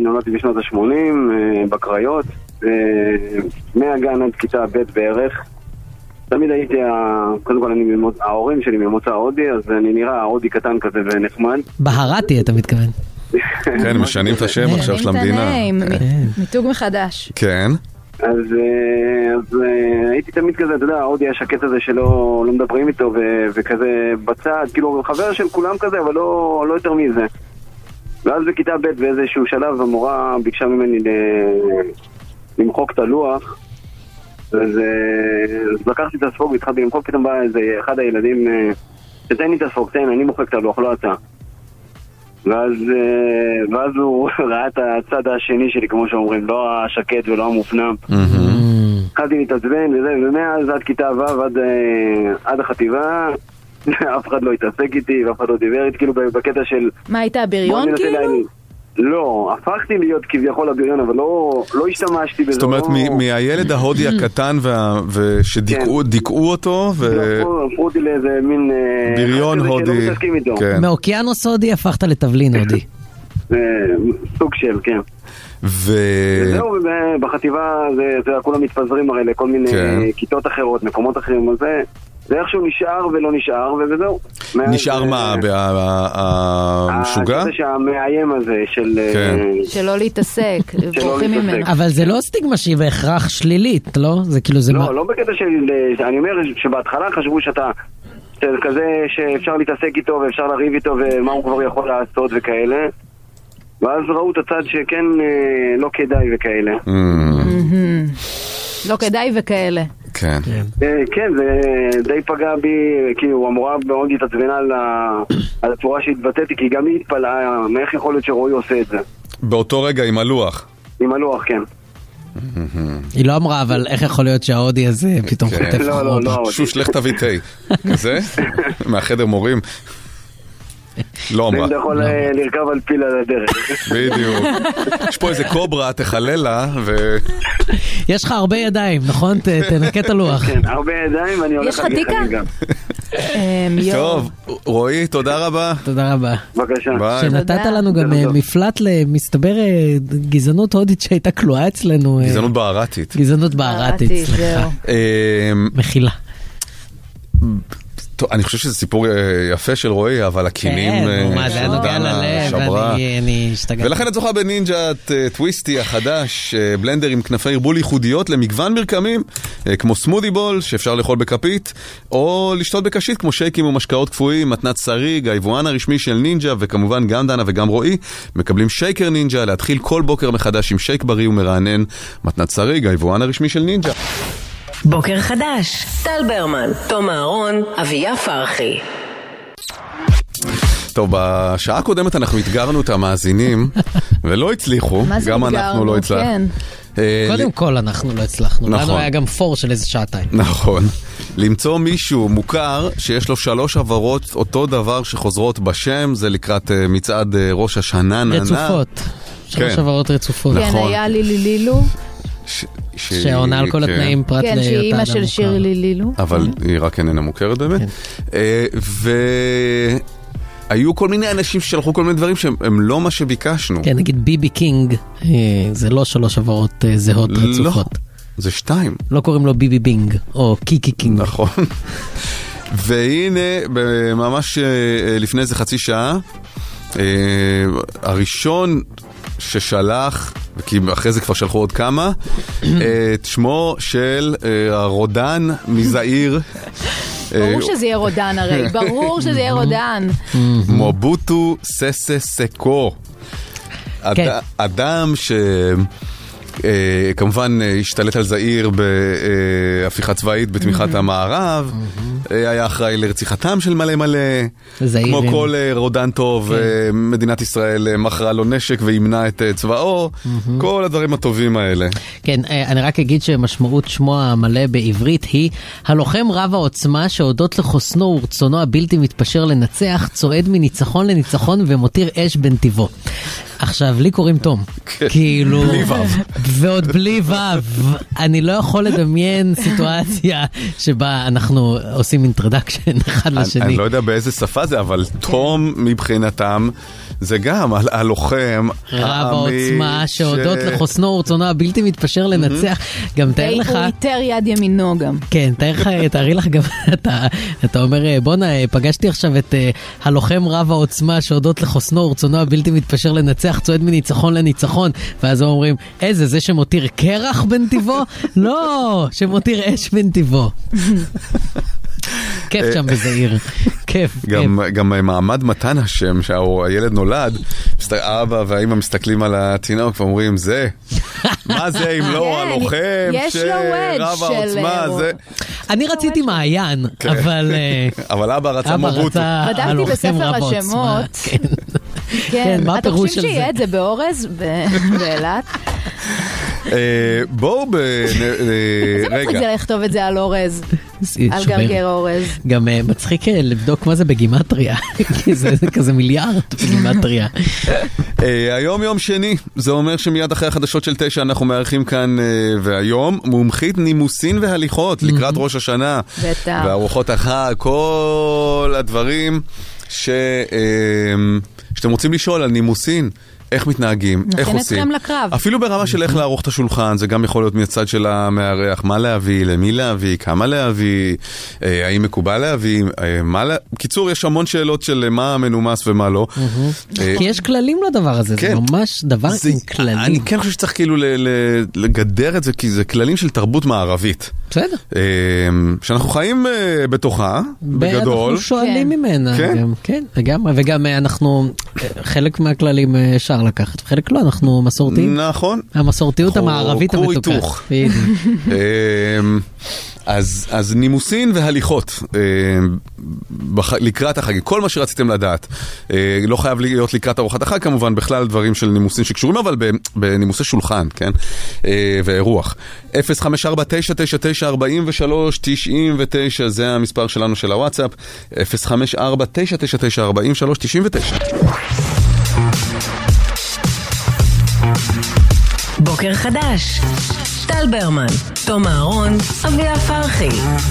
נולדתי בשנות ה-80 בקריות, מהגן עד כיתה ב' בערך. תמיד הייתי, קודם כל ההורים שלי ממוצא הודי, אז אני נראה הודי קטן כזה ונחמד.
בהרתי אתה מתכוון.
כן, משנים את השם עכשיו של המדינה.
מיתוג מחדש.
כן.
אז הייתי תמיד כזה, אתה יודע, ההודי השקט הזה שלא מדברים איתו וכזה בצד, כאילו חבר של כולם כזה, אבל לא יותר מזה. ואז בכיתה ב' באיזשהו שלב המורה ביקשה ממני למחוק את הלוח, אז לקחתי את הספוג והתחלתי למחוק, פתאום בא איזה אחד הילדים, תתן לי את הספוג, תן, אני מוחק את הלוח, לא אתה. ואז הוא ראה את הצד השני שלי, כמו שאומרים, לא השקט ולא המופנם. התחלתי להתעצבן וזה, ומאז עד כיתה ו' עד החטיבה, אף אחד לא התעסק איתי ואף אחד לא דיבר איתי, כאילו בקטע של...
מה, היית הבריון כאילו?
לא, הפכתי להיות כביכול הבריון, אבל לא השתמשתי בזה.
זאת אומרת, מהילד ההודי הקטן שדיכאו אותו,
הפכו אותי לאיזה מין...
בריון הודי.
מאוקיינוס הודי הפכת לתבלין הודי.
סוג של, כן. וזהו, בחטיבה זה כולם מתפזרים הרי לכל מיני כיתות אחרות, מקומות אחרים, אז זה איכשהו נשאר ולא נשאר, וזהו.
נשאר מה? המשוגע?
זה שהמאיים הזה
שלא להתעסק, בורחים ממנו.
אבל זה לא סטיגמה שהיא בהכרח שלילית, לא? זה כאילו זה...
לא בקטע של... אני אומר שבהתחלה חשבו שאתה כזה שאפשר להתעסק איתו ואפשר לריב איתו ומה הוא כבר יכול לעשות וכאלה. ואז ראו את הצד שכן לא כדאי וכאלה.
לא כדאי וכאלה.
כן.
כן, זה די פגע בי, כאילו המורה מאוד התעצבנה על הצורה שהתבטאתי, כי גם היא התפלאה, מאיך יכול להיות שרועי עושה את זה.
באותו רגע עם הלוח.
עם הלוח, כן.
היא לא אמרה, אבל איך יכול להיות שההודי הזה פתאום חוטף חרובה?
שוש, לך תביא תה. כזה? מהחדר מורים. לא אמרה.
אתה יכול לרכב על פיל על הדרך.
בדיוק. יש פה איזה קוברה, תחללה ו...
יש לך הרבה ידיים, נכון? תנקה את הלוח.
כן, הרבה ידיים ואני הולך על יחדים גם.
טוב, רועי, תודה רבה.
תודה רבה.
בבקשה.
שנתת לנו גם מפלט למסתבר גזענות הודית שהייתה כלואה אצלנו.
גזענות בערתית.
גזענות בערתית, סליחה. מחילה.
טוב, אני חושב שזה סיפור יפה של רועי, אבל הקינים...
מה, זה היה נוגע ללב, אני השתגעתי.
ולכן את זוכה בנינג'ת טוויסטי החדש, בלנדר עם כנפי ערבול ייחודיות למגוון מרקמים, כמו סמודי בול, שאפשר לאכול בכפית, או לשתות בקשית, כמו שייקים ומשקאות קפואים, מתנת שריג, היבואן הרשמי של נינג'ה, וכמובן גם דנה וגם רועי, מקבלים שייקר נינג'ה, להתחיל כל בוקר מחדש עם שייק בריא ומרענן, מתנת שריג, היבואן הרשמי של נינג'ה.
בוקר חדש, טל ברמן, תום אהרון, אביה פרחי.
טוב, בשעה הקודמת אנחנו התגרנו את המאזינים, ולא הצליחו, גם אנחנו לא הצלחנו.
קודם כל אנחנו לא הצלחנו, לנו היה גם פור של איזה שעתיים.
נכון. למצוא מישהו מוכר שיש לו 3 עברות אותו דבר שחוזרות בשם, זה לקראת מצעד ראש השנה.
רצופות. 3 עברות רצופות.
כן, היה לילי לילו.
שעונה על כל התנאים פרט
כן, שהיא אימא של שירלי לילו.
אבל היא רק איננה מוכרת באמת. והיו כל מיני אנשים ששלחו כל מיני דברים שהם לא מה שביקשנו.
כן, נגיד ביבי קינג, זה לא 3 עברות זהות רצופות.
לא, זה 2.
לא קוראים לו ביבי בינג, או קיקי קינג.
נכון. והנה, ממש לפני איזה חצי שעה, הראשון ששלח, כי אחרי זה כבר שלחו עוד כמה, את שמו של הרודן מזעיר.
ברור שזה יהיה רודן הרי, ברור שזה יהיה רודן.
מובוטו ססה סקו. אדם ש... כמובן השתלט על זעיר בהפיכה צבאית בתמיכת המערב, היה אחראי לרציחתם של מלא מלא, כמו כל רודן טוב, מדינת ישראל מכרה לו נשק וימנע את צבאו, כל הדברים הטובים האלה.
כן, אני רק אגיד שמשמעות שמו המלא בעברית היא הלוחם רב העוצמה שהודות לחוסנו ורצונו הבלתי מתפשר לנצח צועד מניצחון לניצחון ומותיר אש בנתיבו. עכשיו, לי קוראים תום. כאילו...
בלי וו.
ועוד בלי וו. אני לא יכול לדמיין סיטואציה שבה אנחנו עושים אינטרדקשן אחד לשני.
אני לא יודע באיזה שפה זה, אבל תום מבחינתם זה גם הלוחם
רב העוצמה שהודות לחוסנו ורצונו הבלתי מתפשר לנצח. גם תאר לך...
הוא איתר יד ימינו גם.
כן, תארי לך גם, אתה אומר, בונה, פגשתי עכשיו את הלוחם רב העוצמה שהודות לחוסנו ורצונו הבלתי מתפשר לנצח, צועד מניצחון לניצחון, ואז הם אומרים, איזה, זה שמותיר קרח בנתיבו? לא, שמותיר אש בנתיבו. כיף שם בזעיר. כיף.
גם מעמד מתן השם, שהילד נולד, אבא והאמא מסתכלים על התינוק ואומרים, זה, מה זה אם לא הלוחם שרב העוצמה, זה...
אני רציתי מעיין,
אבל אבא רצה מבוטו.
בדקתי בספר השמות. כן, מה הפירוש של זה? אתם חושבים שיהיה את זה באורז, באילת?
בואו
זה מצחיק זה לכתוב את זה על אורז, על גרגר אורז.
גם מצחיק לבדוק מה זה בגימטריה, כי זה כזה מיליארד בגימטריה.
היום יום שני, זה אומר שמיד אחרי החדשות של 9 אנחנו מארחים כאן, והיום מומחית נימוסין והליכות לקראת ראש השנה וארוחות החג, כל הדברים שאתם רוצים לשאול על נימוסין, איך מתנהגים, איך עושים. אפילו ברמה של איך לערוך את השולחן, זה גם יכול להיות מצד של המארח, מה להביא, למי להביא, כמה להביא, האם מקובל להביא, קיצור, יש המון שאלות של מה מנומס ומה לא.
כי יש כללים לדבר הזה, זה ממש דבר עם כללים.
אני כן חושב שצריך כאילו לגדר את זה, כי זה כללים של תרבות מערבית.
בסדר.
שאנחנו חיים בתוכה, בגדול.
אנחנו שואלים ממנה. כן, וגם אנחנו, חלק מהכללים אפשר לקחת, וחלק לא, אנחנו מסורתיים.
נכון.
המסורתיות המערבית המתוקה.
היתוך. אז נימוסין והליכות לקראת החג, כל מה שרציתם לדעת, לא חייב להיות לקראת ארוחת החג, כמובן בכלל דברים של נימוסין שקשורים, אבל בנימוסי שולחן, כן? ואירוח. 054-999-4399 זה המספר שלנו של הוואטסאפ, 054-999-4399.
בוקר חדש, טל ברמן, תום אהרון, אביה פרחי.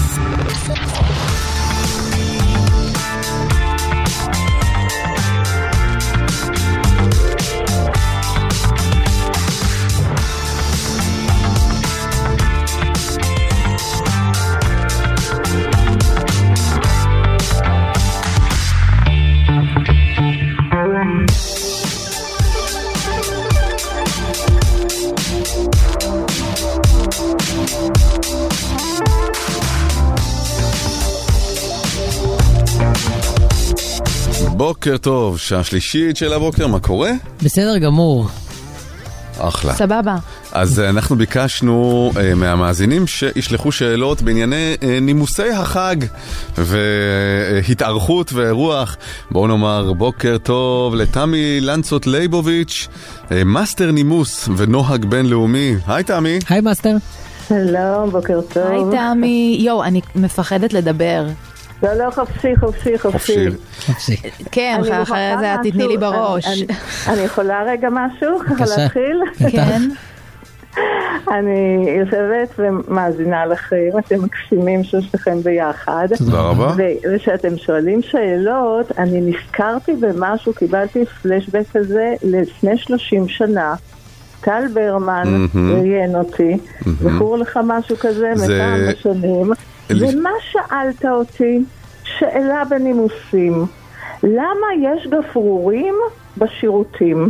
בוקר טוב, שעה שלישית של הבוקר, מה קורה?
בסדר גמור.
אחלה.
סבבה.
אז אנחנו ביקשנו מהמאזינים שישלחו שאלות בענייני נימוסי החג והתארכות ואירוח. בואו נאמר בוקר טוב לתמי לנצות לייבוביץ', מאסטר נימוס ונוהג בינלאומי. היי תמי.
היי מאסטר.
שלום, בוקר טוב.
היי תמי. יו, אני מפחדת לדבר.
לא, חופשי.
כן, אחרי זה תתני לי בראש.
אני יכולה רגע משהו? ככה להתחיל?
כן.
אני יושבת ומאזינה לכם, אתם מקשימים שלכם ביחד.
תודה רבה.
ושאתם שואלים שאלות, אני נזכרתי במשהו, קיבלתי פלשבק כזה לפני 30 שנה. טל ברמן ראיין אותי, זכור לך משהו כזה מכמה שנים, ומה שאלת אותי? שאלה בנימוסים, למה יש גפרורים בשירותים?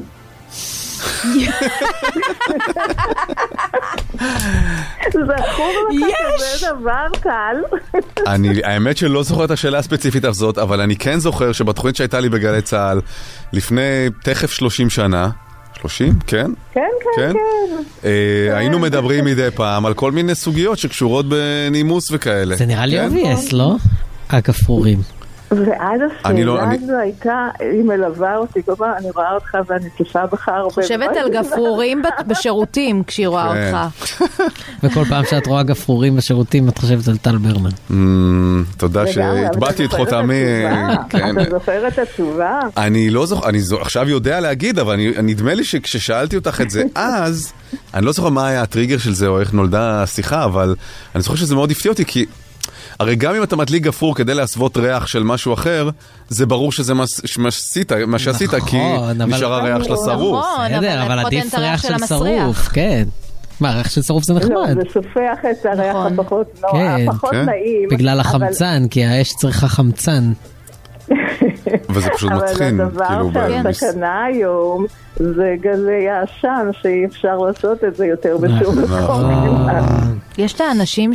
זכור לך כזה דבר קל?
האמת שלא זוכר את השאלה הספציפית הזאת, אבל אני כן זוכר שבתוכנית שהייתה לי בגלי צהל לפני תכף 30 שנה, 30? כן?
כן.
היינו מדברים מדי פעם על כל מיני סוגיות שקשורות בנימוס וכאלה.
זה נראה לי obvious, לא? הגפרורים.
ואז השאלה הזו הייתה, היא מלווה אותי, כל פעם אני רואה אותך ואני צופה בך הרבה.
חושבת על גפרורים בשירותים כשהיא רואה אותך.
וכל פעם שאת רואה גפרורים בשירותים, את חושבת על טל ברמן.
תודה שהטבעתי את חותמי.
אתה זוכר את התשובה?
אני לא זוכר, אני עכשיו יודע להגיד, אבל נדמה לי שכששאלתי אותך את זה אז, אני לא זוכר מה היה הטריגר של זה או איך נולדה השיחה, אבל אני זוכר שזה מאוד הפתיע אותי, כי הרי גם אם אתה מדליק גפרור כדי להסוות ריח של משהו אחר, זה ברור שזה מה שעשית, כי נשאר הריח של השרוף.
אבל עדיף ריח של שרוף, כן. מה, ריח של שרוף זה נחמד.
לא, זה סופח את הריח הפחות נעים.
בגלל החמצן, כי האש צריכה חמצן.
וזה פשוט מצחין.
אבל הדבר שהסכנה היום זה גלי העשן, שאי אפשר לעשות את זה יותר בשום מקום.
יש את האנשים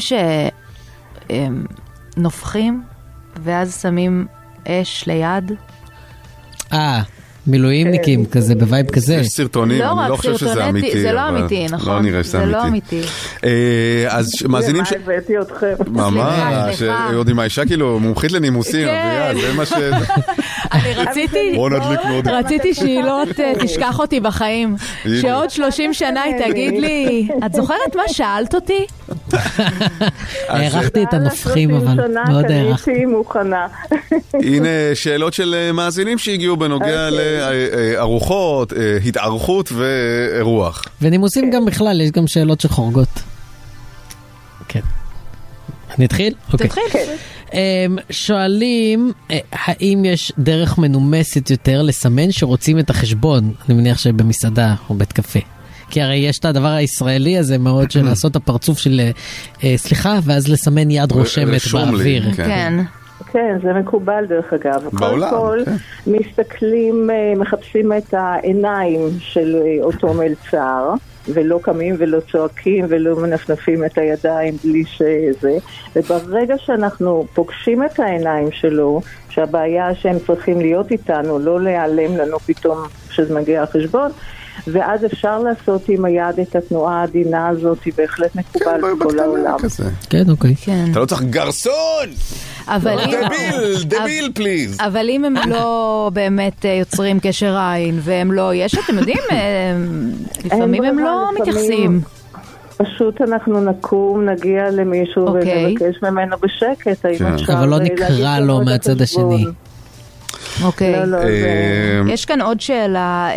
שנופחים ואז שמים אש ליד.
מילואימניקים כזה, בווייב כזה.
יש סרטונים, אני לא חושב שזה אמיתי.
זה לא אמיתי, נכון.
לא נראה שזה אמיתי. אז מאזינים ש...
הבאתי אתכם.
ממש, עוד עם האישה כאילו מומחית לנימוסים, זה מה ש...
אני רציתי שהיא לא תשכח אותי בחיים. שעוד 30 שנה היא תגיד לי, את זוכרת מה שאלת אותי?
הערכתי את הנופחים, אבל מאוד הערכתי.
הנה שאלות של מאזינים שהגיעו בנוגע לארוחות, התארכות ואירוח.
ונימוסים גם בכלל, יש גם שאלות שחורגות. כן. אני אתחיל?
תתחיל.
שואלים, האם יש דרך מנומסת יותר לסמן שרוצים את החשבון? אני מניח שבמסעדה או בית קפה. כי הרי יש את הדבר הישראלי הזה מאוד של לעשות הפרצוף של סליחה, ואז לסמן יד רושמת באוויר.
כן.
כן, זה מקובל דרך אגב.
בעולם.
כל מסתכלים, מחפשים את העיניים של אותו מלצר, ולא קמים ולא צועקים ולא מנפנפים את הידיים בלי שזה. וברגע שאנחנו פוגשים את העיניים שלו, שהבעיה שהם צריכים להיות איתנו, לא להיעלם לנו פתאום כשזה מגיע החשבון, ואז אפשר לעשות עם היד את התנועה העדינה הזאת, היא בהחלט מקובל בכל העולם.
כן, אוקיי.
אתה לא צריך גרסון! דביל, פליז.
אבל אם הם לא באמת יוצרים קשר עין, והם לא, יש, אתם יודעים, לפעמים הם לא מתייחסים.
פשוט אנחנו נקום, נגיע למישהו ונבקש ממנו בשקט.
אבל לא נקרא לו מהצד השני.
אוקיי. יש כאן עוד שאלה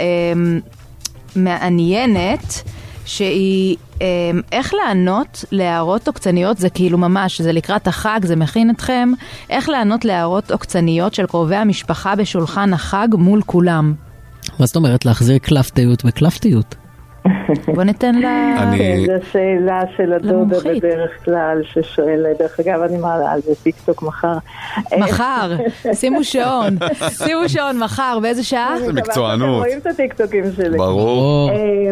מעניינת, שהיא איך לענות להערות עוקצניות, זה כאילו ממש, זה לקראת החג, זה מכין אתכם, איך לענות להערות עוקצניות של קרובי המשפחה בשולחן החג מול כולם.
מה זאת אומרת? להחזיר קלפתיות בקלפתיות?
בוא ניתן לה...
זו שאלה של הדודה בדרך כלל ששואל, דרך אגב אני מעלה על זה טיקטוק מחר.
מחר, שימו שעון, מחר, באיזה שעה?
זה מקצוענות.
אתם רואים את הטיקטוקים שלי.
ברור.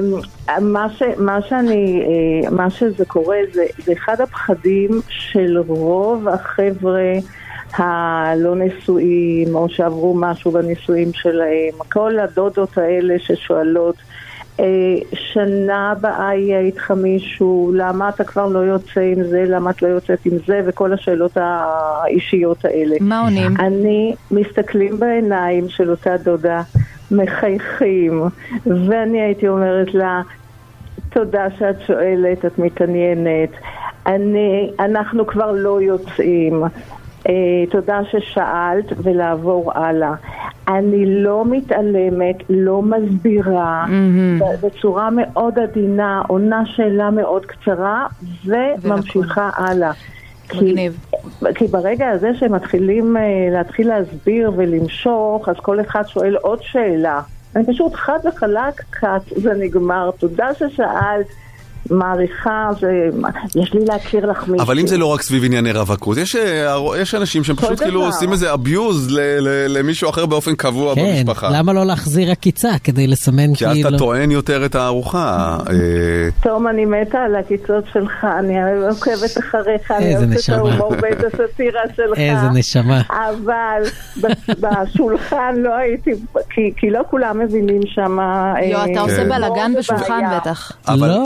מה שזה קורה זה אחד הפחדים של רוב החבר'ה הלא נשואים, או שעברו משהו בנישואים שלהם, כל הדודות האלה ששואלות, שנה הבאה יהיה איתך מישהו, למה אתה כבר לא יוצא עם זה, למה את לא יוצאת עם זה, וכל השאלות האישיות האלה.
מה עונים?
אני מסתכלים בעיניים של אותה דודה, מחייכים, ואני הייתי אומרת לה, תודה שאת שואלת, את מתעניינת, אנחנו כבר לא יוצאים, תודה ששאלת, ולעבור הלאה. אני לא מתעלמת, לא מסבירה, בצורה מאוד עדינה, עונה שאלה מאוד קצרה, וממשיכה הלאה. כי ברגע הזה שהם מתחילים להתחיל להסביר ולמשוך, אז כל אחד שואל עוד שאלה. אני פשוט חד וחלק קט, זה נגמר, תודה ששאלת, מעריכה, יש לי להכיר לך מישהו.
אבל אם זה לא רק סביב ענייני רווקות, יש אנשים שהם פשוט כאילו עושים איזה אביוז למישהו אחר באופן קבוע במשפחה.
כן, למה לא להחזיר עקיצה כדי לסמן
כי אז אתה טוען יותר את הארוחה.
תום, אני מתה על הקיצות שלך, אני עוקבת אחריך, אני אוהבת את ההומור ואת הסאטירה שלך.
איזה נשמה.
אבל בשולחן לא הייתי, כי לא כולם מבינים שם.
אתה עושה בלגן בשולחן בטח.
אבל מה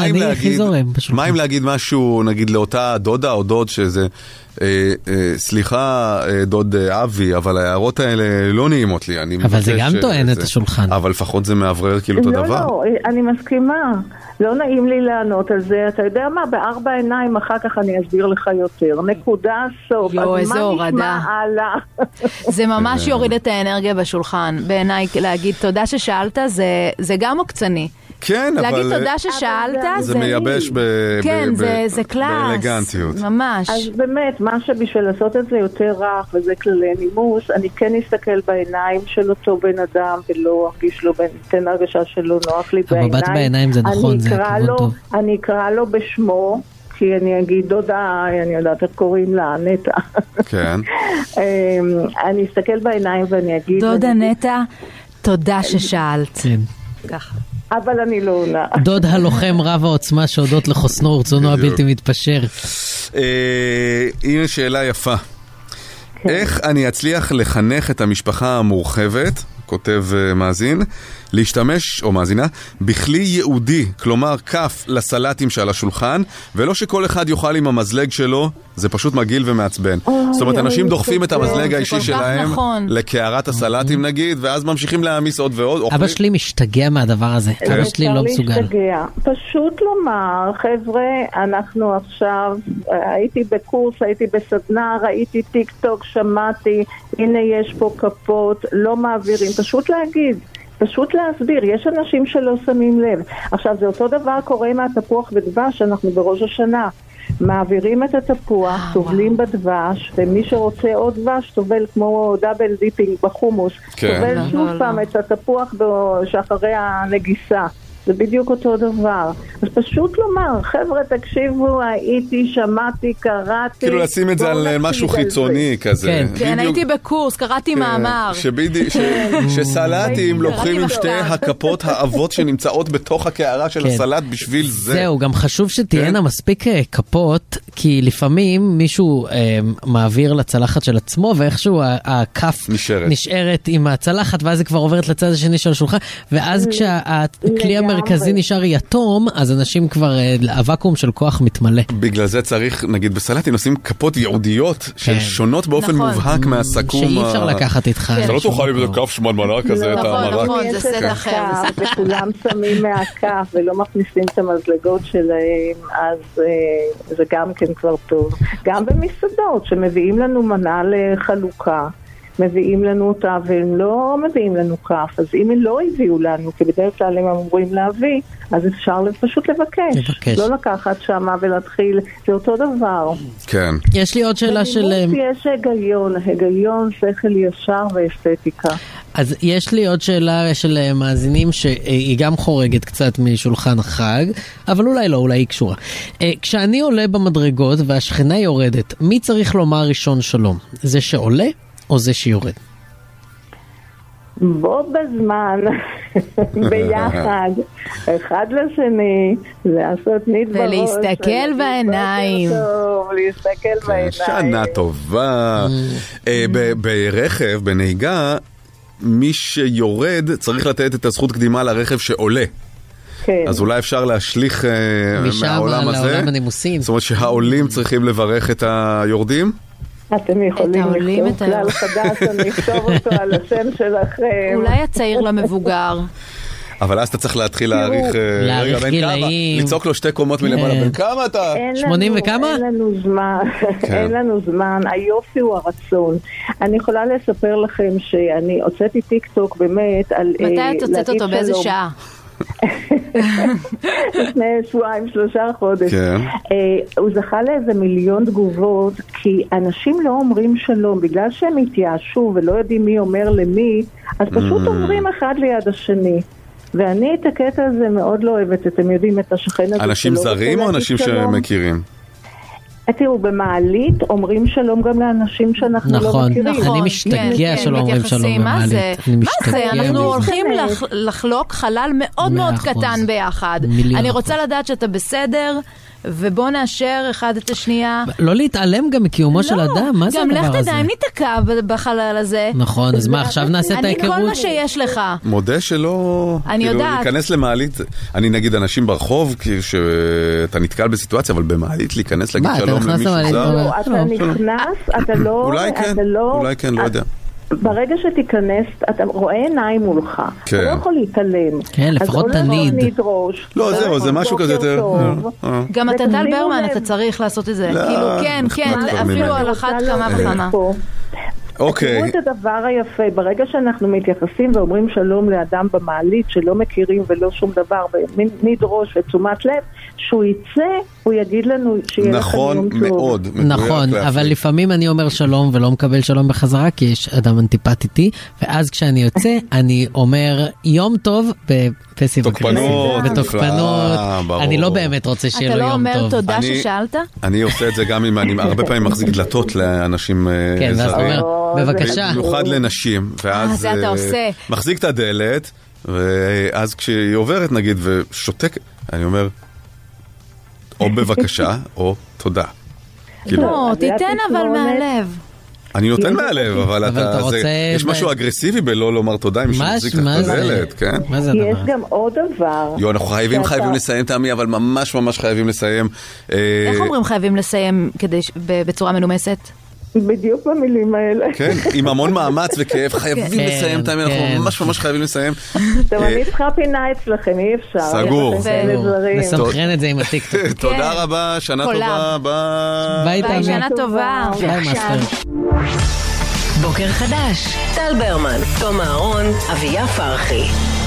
מה אם להגיד משהו, נגיד לאותה דודה או דוד שזה, סליחה דוד אבי, אבל ההערות האלה לא נעימות לי.
אבל זה גם טוען את השולחן.
אבל לפחות זה מעברר כאילו את הדבר.
לא, אני מסכימה. לא נעים לי לענות על זה. אתה יודע מה? בארבע עיניים אחר כך אני אסביר לך יותר. נקודה, סוף. אז מה נשמע הלאה?
זה ממש יוריד את האנרגיה בשולחן. בעיניי להגיד תודה ששאלת זה גם עוקצני.
כן, אבל...
להגיד תודה ששאלת
זה מייבש
כן, זה קלאס.
באלגנטיות.
ממש.
אז באמת, מה שבשביל לעשות את זה יותר רך, וזה כללי נימוס, אני כן אסתכל בעיניים של אותו בן אדם, ולא ארגיש לו, תן הרגשה שלא נוח לי בעיניים.
המבט בעיניים זה נכון, זה כיוון טוב.
אני אקרא לו בשמו, כי אני אגיד דודה, אני יודעת איך קוראים לה, נטע.
כן.
אני אסתכל בעיניים ואני אגיד...
דודה נטע, תודה ששאלת.
כן.
ככה.
אבל אני לא עונה.
דוד הלוחם רב העוצמה שהודות לחוסנו ורצונו הבלתי מתפשר.
הנה שאלה יפה. איך אני אצליח לחנך את המשפחה המורחבת, כותב מאזין, להשתמש, או מאזינה, בכלי יהודי, כלומר כף לסלטים שעל השולחן, ולא שכל אחד יוכל עם המזלג שלו, זה פשוט מגעיל ומעצבן. זאת אומרת, אנשים דוחפים את המזלג האישי שלהם לקערת הסלטים נגיד, ואז ממשיכים להעמיס עוד ועוד.
אבא שלי משתגע מהדבר הזה, אבא שלי לא מסוגל.
פשוט לומר, חבר'ה, אנחנו עכשיו, הייתי בקורס, הייתי בסדנה, ראיתי טיק טוק, שמעתי, הנה יש פה כפות, לא מעבירים, פשוט להגיד. פשוט להסביר, יש אנשים שלא שמים לב. עכשיו, זה אותו דבר קורה עם התפוח ודבש, אנחנו בראש השנה. מעבירים את התפוח, טובלים בדבש, ומי שרוצה עוד דבש, טובל כמו דאבל דיפינג בחומוס. טובל שוב פעם את התפוח שאחרי הנגיסה. זה בדיוק אותו דבר. אז פשוט לומר, חבר'ה, תקשיבו, הייתי, שמעתי, קראתי.
כאילו לשים את זה על משהו חיצוני כזה.
כן, הייתי בקורס, קראתי מאמר.
שסלטים לוקחים עם שתי הכפות האבות שנמצאות בתוך הקערה של הסלט בשביל זה.
זהו, גם חשוב שתהיינה מספיק כפות, כי לפעמים מישהו מעביר לצלחת של עצמו, ואיכשהו הכף נשארת עם הצלחת, ואז היא כבר עוברת לצד השני של השולחן, ואז כשהכלי המרכזי נשאר יתום, אז אנשים כבר, הוואקום של כוח מתמלא.
בגלל זה צריך, נגיד בסלטים, עושים כפות ייעודיות, של שונות באופן מובהק מהסכום.
שאי אפשר לקחת איתך.
אתה לא תוכל עם כף שמנמנה כזה, את המרק.
נכון, זה סט אחר.
וכולם שמים מהכף ולא מכניסים את המזלגות שלהם, אז זה גם כן כבר טוב. גם במסעדות, שמביאים לנו מנה לחלוקה, מביאים לנו אותה והם לא מביאים לנו כף, אז אם הם לא הביאו לנו, כי בדרך כלל הם אמורים להביא, אז אפשר פשוט לבקש. לא לקחת שמה ולהתחיל, זה אותו דבר.
כן.
יש לי עוד שאלה של...
יש היגיון, שכל ישר ואסתטיקה.
אז יש לי עוד שאלה של מאזינים שהיא גם חורגת קצת משולחן חג, אבל אולי לא, אולי היא קשורה. כשאני עולה במדרגות והשכנה יורדת, מי צריך לומר ראשון שלום? זה שעולה או זה שיורד?
בו בזמן, ביחד, אחד לשני, לעשות ניד בראש.
ולהסתכל בעיניים.
להסתכל בעיניים.
שנה טובה. ברכב, בנהיגה, מי שיורד צריך לתת את הזכות קדימה לרכב שעולה.
כן.
אז אולי אפשר להשליך מהעולם הזה.
לעולם הנימוסים.
זאת אומרת שהעולים צריכים לברך את היורדים?
אתם יכולים לכתוב כלל חדש, אני אכתוב אותו על השם שלכם.
אולי הצעיר למבוגר.
אבל אז אתה צריך להתחיל להעריך
גילאים.
לצעוק לו 2 קומות מלמעלה. בן כמה אתה?
80 וכמה?
אין לנו זמן. אין לנו זמן. היופי הוא הרצון. אני יכולה לספר לכם שאני הוצאתי טיק טוק באמת על...
מתי את הוצאת אותו? באיזה שעה?
לפני 2-3 חודש. הוא זכה לאיזה 1,000,000 תגובות, כי אנשים לא אומרים שלום, בגלל שהם התייאשו ולא יודעים מי אומר למי, אז פשוט אומרים אחד ליד השני. ואני את הקטע הזה מאוד לא אוהבת. אתם יודעים את השכן הזה.
אנשים זרים או אנשים שמכירים?
תראו, במעלית אומרים שלום גם לאנשים שאנחנו לא מכירים.
נכון, אני משתגע שלא אומרים שלום במעלית.
מה זה? אנחנו הולכים לחלוק חלל מאוד מאוד קטן ביחד. אני רוצה לדעת שאתה בסדר, ובוא נאשר אחד את השנייה.
לא להתעלם גם מקיומו של אדם, מה זה הדבר הזה?
גם לך תדע, אם ניתקע בחלל הזה.
נכון, אז מה, עכשיו נעשה את ההיכרות?
אני כל מה שיש לך.
מודה שלא...
אני יודעת.
להיכנס למעלית, אני נגיד אנשים ברחוב, שאתה נתקל בסיטואציה, אבל במעלית להיכנס להגיד שלום למישהו זר.
אתה נכנס, אתה לא...
אולי כן, לא יודע.
ברגע שתיכנס, אתה רואה עיניים מולך. אתה לא יכול להתעלם.
כן, לפחות תניד.
לא, זהו, זה משהו כזה יותר...
גם אתה טל ברמן, אתה צריך לעשות את זה. כאילו, כן, אפילו על אחת כמה וכמה.
תראו את הדבר היפה, ברגע שאנחנו מתייחסים ואומרים שלום לאדם במעלית שלא מכירים ולא שום דבר, ונדרוש ותשומת לב, שהוא יצא, הוא יגיד לנו שיהיה
נכון
לכם יום טוב.
מאוד.
נכון, אבל לפעמים אני אומר שלום ולא מקבל שלום בחזרה, כי יש אדם אנטיפט איתי, ואז כשאני יוצא, אני אומר יום טוב בפסיב
תוקפנות.
בתוקפנות. אני לא באמת רוצה שיהיה לו יום טוב.
אתה לא אומר תודה ששאלת?
אני עושה את זה גם אם אני הרבה פעמים מחזיק דלתות לאנשים
כן, ואז אתה אומר, בבקשה.
במיוחד לנשים, ואז
זה אתה עושה.
מחזיק את הדלת, ואז כשהיא עוברת נגיד ושותק, אני אומר, או בבקשה, או תודה.
לא, תיתן אבל מהלב.
אני נותן מהלב, אבל יש משהו אגרסיבי בלא לומר תודה עם שמחזיק את הדלת, כן?
יש גם עוד דבר.
אנחנו חייבים לסיים תמי, אבל ממש חייבים לסיים.
איך אומרים חייבים לסיים בצורה מנומסת?
בדיוק במילים האלה.
כן, עם המון מאמץ וכאב, חייבים לסיים תמי, אנחנו ממש חייבים לסיים.
טוב, אני צריכה פינה אצלכם, אי אפשר.
סגור.
נסמכרן את זה עם הטיקטוק.
תודה רבה, שנה טובה, ביי.
ביי, שנה טובה.
ביי, מאסטר.
בוקר חדש, טל ברמן, תום אהרון, אביה פרחי.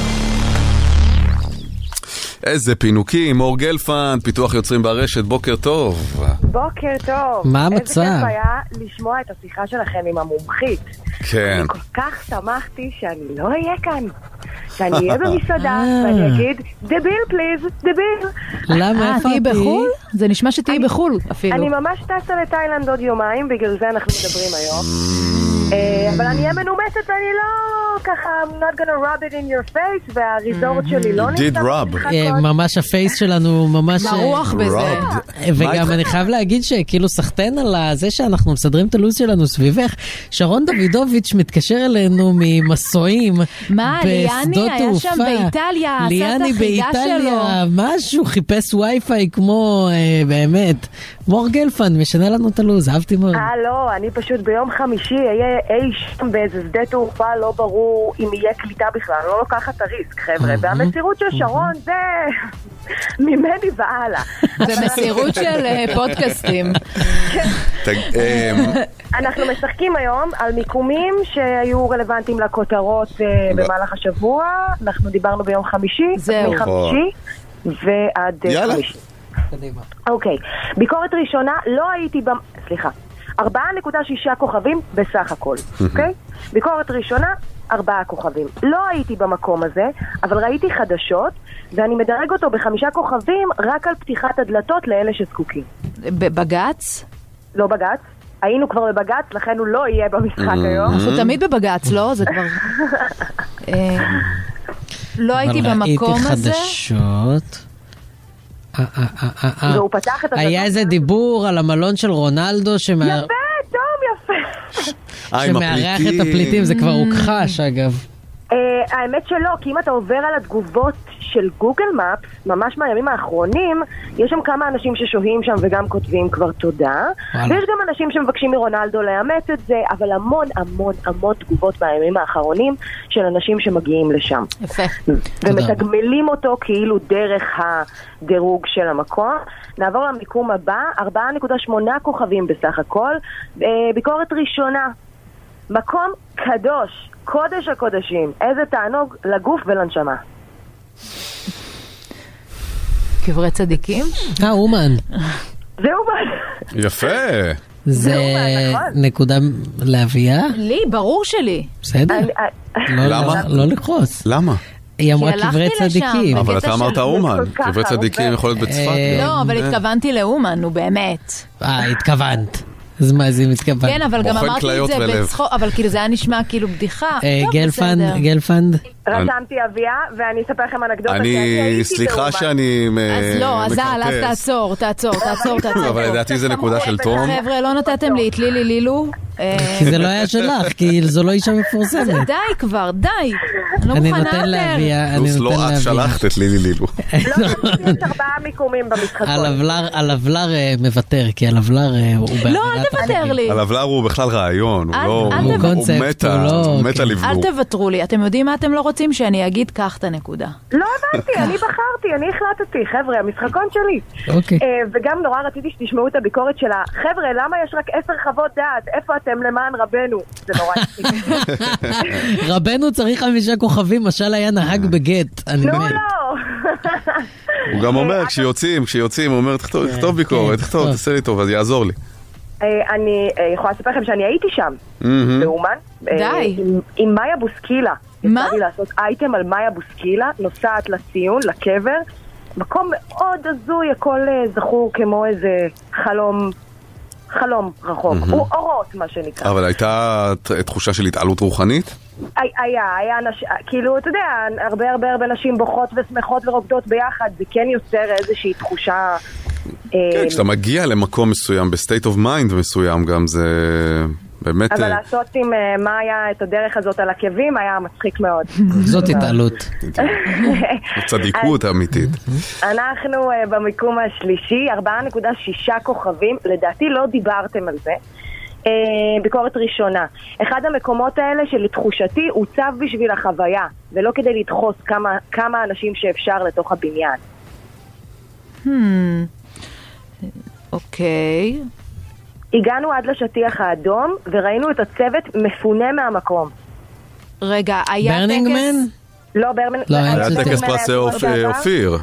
איזה פינוקים, מור גלפנד, פיתוח יוצרים ברשת, בוקר טוב.
בוקר טוב.
מה המצב?
איזה כיף היה לשמוע את השיחה שלכם עם המומחית.
כן.
אני כל כך שמחתי שאני לא אהיה כאן. שאני אהיה במסעדה ואני אגיד, דביל פליז, דביל.
למה?
תהי בחול? זה נשמע שתהי בחול אפילו.
אני ממש טסה לתאילנד עוד יומיים, בגלל זה אנחנו מדברים היום. אבל אני אהיה מנומסת ואני לא ככה, I'm not gonna rub it in your face, והריזורט שלי לא נמצא.
did rub.
ממש הפייס שלנו ממש...
מרוח בזה.
וגם אני חייב להגיד שכאילו סחטן על זה שאנחנו מסדרים את הלו"ז שלנו סביבך. שרון דוידוביץ' מתקשר אלינו ממסועים בשדות תעופה.
היה שם באיטליה,
ליאני באיטליה, משהו, חיפש וי-פיי כמו באמת. מור גלפנד משנה לנו את הלו"ז, אהבתי מאוד.
לא, אני פשוט ביום חמישי אהיה אי שם באיזה שדה תעופה, לא ברור אם יהיה קליטה בכלל, לא לוקחת את הריסק, חבר'ה. והמסירות של שרון זה ממני והלאה.
זה מסירות של פודקאסטים.
אנחנו משחקים היום על מיקומים שהיו רלוונטיים לכותרות במהלך השבוע. אנחנו דיברנו ביום חמישי, מחמישי ועד חמישי. אוקיי, ביקורת ראשונה, לא הייתי סליחה, 4.6 כוכבים בסך הכל, אוקיי? ביקורת ראשונה, 4 כוכבים. לא הייתי במקום הזה, אבל ראיתי חדשות, ואני מדרג אותו ב5 כוכבים רק על פתיחת הדלתות לאלה שזקוקים.
בבגץ?
לא בגץ. היינו כבר בבגץ, לכן הוא לא יהיה במשחק היום.
אנחנו תמיד בבגץ, לא? זה כבר... לא הייתי במקום הזה.
ראיתי חדשות...
והוא פתח את
היה איזה דיבור על המלון של רונלדו
יפה, טוב, יפה.
שמארח את הפליטים, זה כבר הוכחש אגב.
האמת שלא, כי אם אתה עובר על התגובות של גוגל מאפס, ממש מהימים האחרונים, יש שם כמה אנשים ששוהים שם וגם כותבים כבר תודה, ויש גם אנשים שמבקשים מרונלדו לאמץ את זה, אבל המון המון המון תגובות מהימים האחרונים של אנשים שמגיעים לשם.
יפה.
ומתגמלים אותו כאילו דרך הדירוג של המקום. נעבור למיקום הבא, 4.8 כוכבים בסך הכל. ביקורת ראשונה, מקום קדוש, קודש הקודשים, איזה תענוג לגוף ולנשמה.
קברי צדיקים?
אומן.
זה אומן.
יפה.
זה נקודה להביאה?
לי, ברור שלי.
בסדר.
למה?
לא לחוס.
למה?
היא אמרה קברי צדיקים.
אבל אתה אמרת אומן. קברי צדיקים יכול להיות בצפת.
לא, אבל התכוונתי לאומן, נו באמת.
התכוונת. אז מה זה מתכוון?
כן, אבל גם אמרתי את זה בצחוק, אבל כאילו זה היה נשמע כאילו בדיחה.
גלפנד,
רשמתי אביה, ואני אספר לכם אנקדוטה.
סליחה שאני
אז לא, אז תעצור.
אבל לדעתי זה נקודה של תום.
חבר'ה, לא נתתם לי את לילי לילו.
כי זה לא היה שלך, כי זו לא אישה מפורסמת.
די כבר, די.
אני נותן להביא.
לא, את שלחת את לילי לילו.
לא, יש 4 מיקומים במשחקות.
הלבלר מוותר, כי הלבלר הוא
לא, אל תוותר לי.
הלבלר הוא בכלל רעיון, הוא מתה לבלור.
אל תוותרו לי, אתם יודעים מה אתם לא רוצים? שאני אגיד כך את הנקודה.
לא הבנתי, אני בחרתי, אני החלטתי, חבר'ה, המשחקון שלי. וגם נורא רציתי שתשמעו את הביקורת שלה. חבר'ה, למה יש רק 10 חוות דעת? איפה אתם למען רבנו? זה נורא יצא.
רבנו צריך 5 כוכבים, משל היה נהג בגט.
לא.
הוא גם אומר, כשיוצאים, הוא אומר, תכתוב ביקורת, תעשה לי טוב, אז יעזור לי.
אני יכולה לספר לכם שאני הייתי שם, באומן.
די.
עם מאיה בוסקילה.
מה?
יצא לי לעשות אייטם על מאיה בוסקילה, נוסעת לציון, לקבר. מקום מאוד הזוי, הכל זכור כמו איזה חלום רחוק. הוא אורות, מה שנקרא.
אבל הייתה תחושה של התעלות רוחנית?
היה, כאילו, אתה יודע, הרבה נשים בוכות ושמחות ורוקדות ביחד, זה כן יוצר איזושהי תחושה...
כן, כשאתה מגיע למקום מסוים, בסטייט אוף מיינד מסוים גם, זה באמת...
אבל לעשות עם מאיה את הדרך הזאת על עקבים היה מצחיק מאוד.
זאת התעלות.
צדיקות אמיתית.
אנחנו במיקום השלישי, 4.6 כוכבים, לדעתי לא דיברתם על זה. ביקורת ראשונה. אחד המקומות האלה שלתחושתי הוצב בשביל החוויה, ולא כדי לדחוס כמה אנשים שאפשר לתוך הבניין.
אוקיי.
הגענו עד לשטיח האדום וראינו את הצוות מפונה מהמקום.
רגע, היה
ברנינגמן?
לא, ברנינגמן.
לא, היה טקס פרסי אופיר.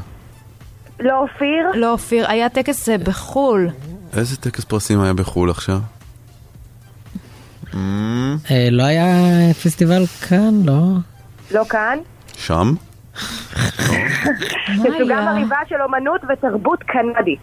לא
אופיר, היה טקס בחול.
איזה טקס פרסים היה בחול עכשיו?
לא היה פסטיבל כאן, לא?
לא כאן?
שם?
זה גם הריבה של אומנות ותרבות קנדית.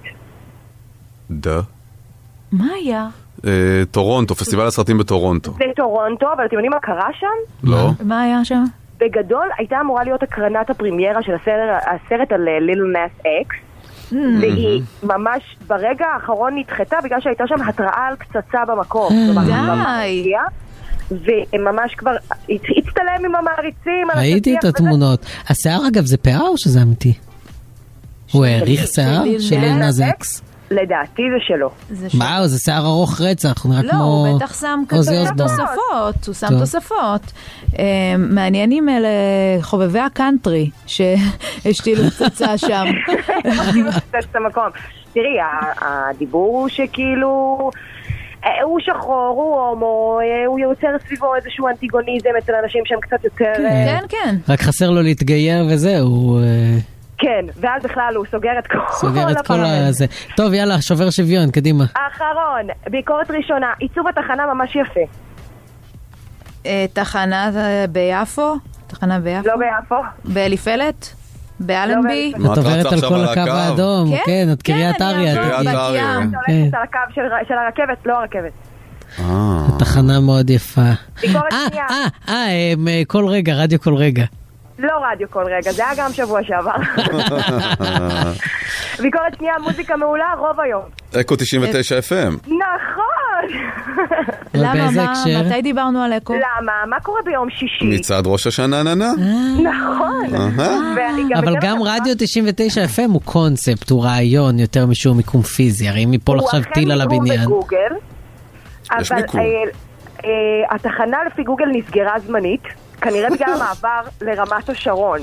מה היה?
טורונטו, פסטיבל הסרטים בטורונטו.
זה טורונטו, אבל אתם יודעים מה קרה שם?
לא.
מה היה שם?
בגדול הייתה אמורה להיות הקרנת הפרימיירה של הסרט על ליל נאס אקס, והיא ממש ברגע האחרון נדחתה בגלל שהייתה שם התראה על קצצה במקום.
די.
והם ממש כבר הצטלם עם המעריצים.
ראיתי את התמונות. השיער אגב זה פאה או שזה אמיתי? הוא העריך שיער של ליל נאס אקס?
לדעתי זה שלו.
וואו, זה שיער ארוך רצח, נראה כמו...
לא, הוא בטח שם תוספות, הוא שם תוספות. מעניינים אלה חובבי הקאנטרי, שהשתילו פצצה שם.
תראי, הדיבור הוא שכאילו... הוא שחור, הוא הומו, הוא יוצר סביבו איזשהו אנטיגוניזם אצל אנשים שהם קצת יותר...
כן, כן.
רק חסר לו להתגייר וזהו.
כן, ואז בכלל הוא סוגר את כל
הזה. טוב, יאללה, שובר שוויון, קדימה.
האחרון, ביקורת ראשונה, עיצוב התחנה ממש יפה.
תחנה ביפו? תחנה ביפו?
לא ביפו.
באליפלט? באלנבי?
את עוברת על כל הקו האדום, כן, את קריית אריה.
את הולכת על הקו של הרכבת, לא הרכבת.
תחנה מאוד יפה.
ביקורת שנייה.
כל רגע, רדיו כל רגע.
לא רדיו כל רגע, זה היה גם שבוע שעבר. ביקורת שנייה, מוזיקה מעולה, רוב היום.
אקו 99 FM.
נכון!
למה? מתי דיברנו על אקו?
למה? מה קורה ביום שישי?
מצד ראש השנה ננה.
נכון.
אבל גם רדיו 99 FM הוא קונספט, הוא רעיון יותר משהו מיקום פיזי, הרי אם יפול עכשיו טיל על הבניין.
הוא אכן מיקום בגוגל, אבל התחנה לפי גוגל נסגרה זמנית. כנראה בגלל המעבר לרמת השרון.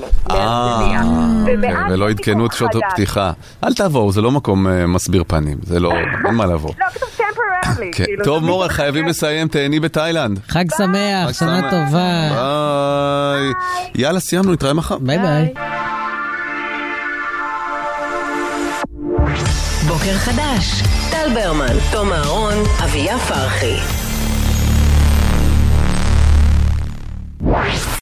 ולא עדכנו את שעות הפתיחה. אל תבואו, זה לא מקום מסביר פנים. זה לא, אין מה לבוא.
לא, כתוב temporarily.
טוב, מורה, חייבים לסיים, תהני בתאילנד.
חג שמח, שנה טובה.
ביי. יאללה, סיימנו, נתראה מחר.
ביי ביי.
בוקר חדש, טל ברמן, תום אהרון, אביה פרחי.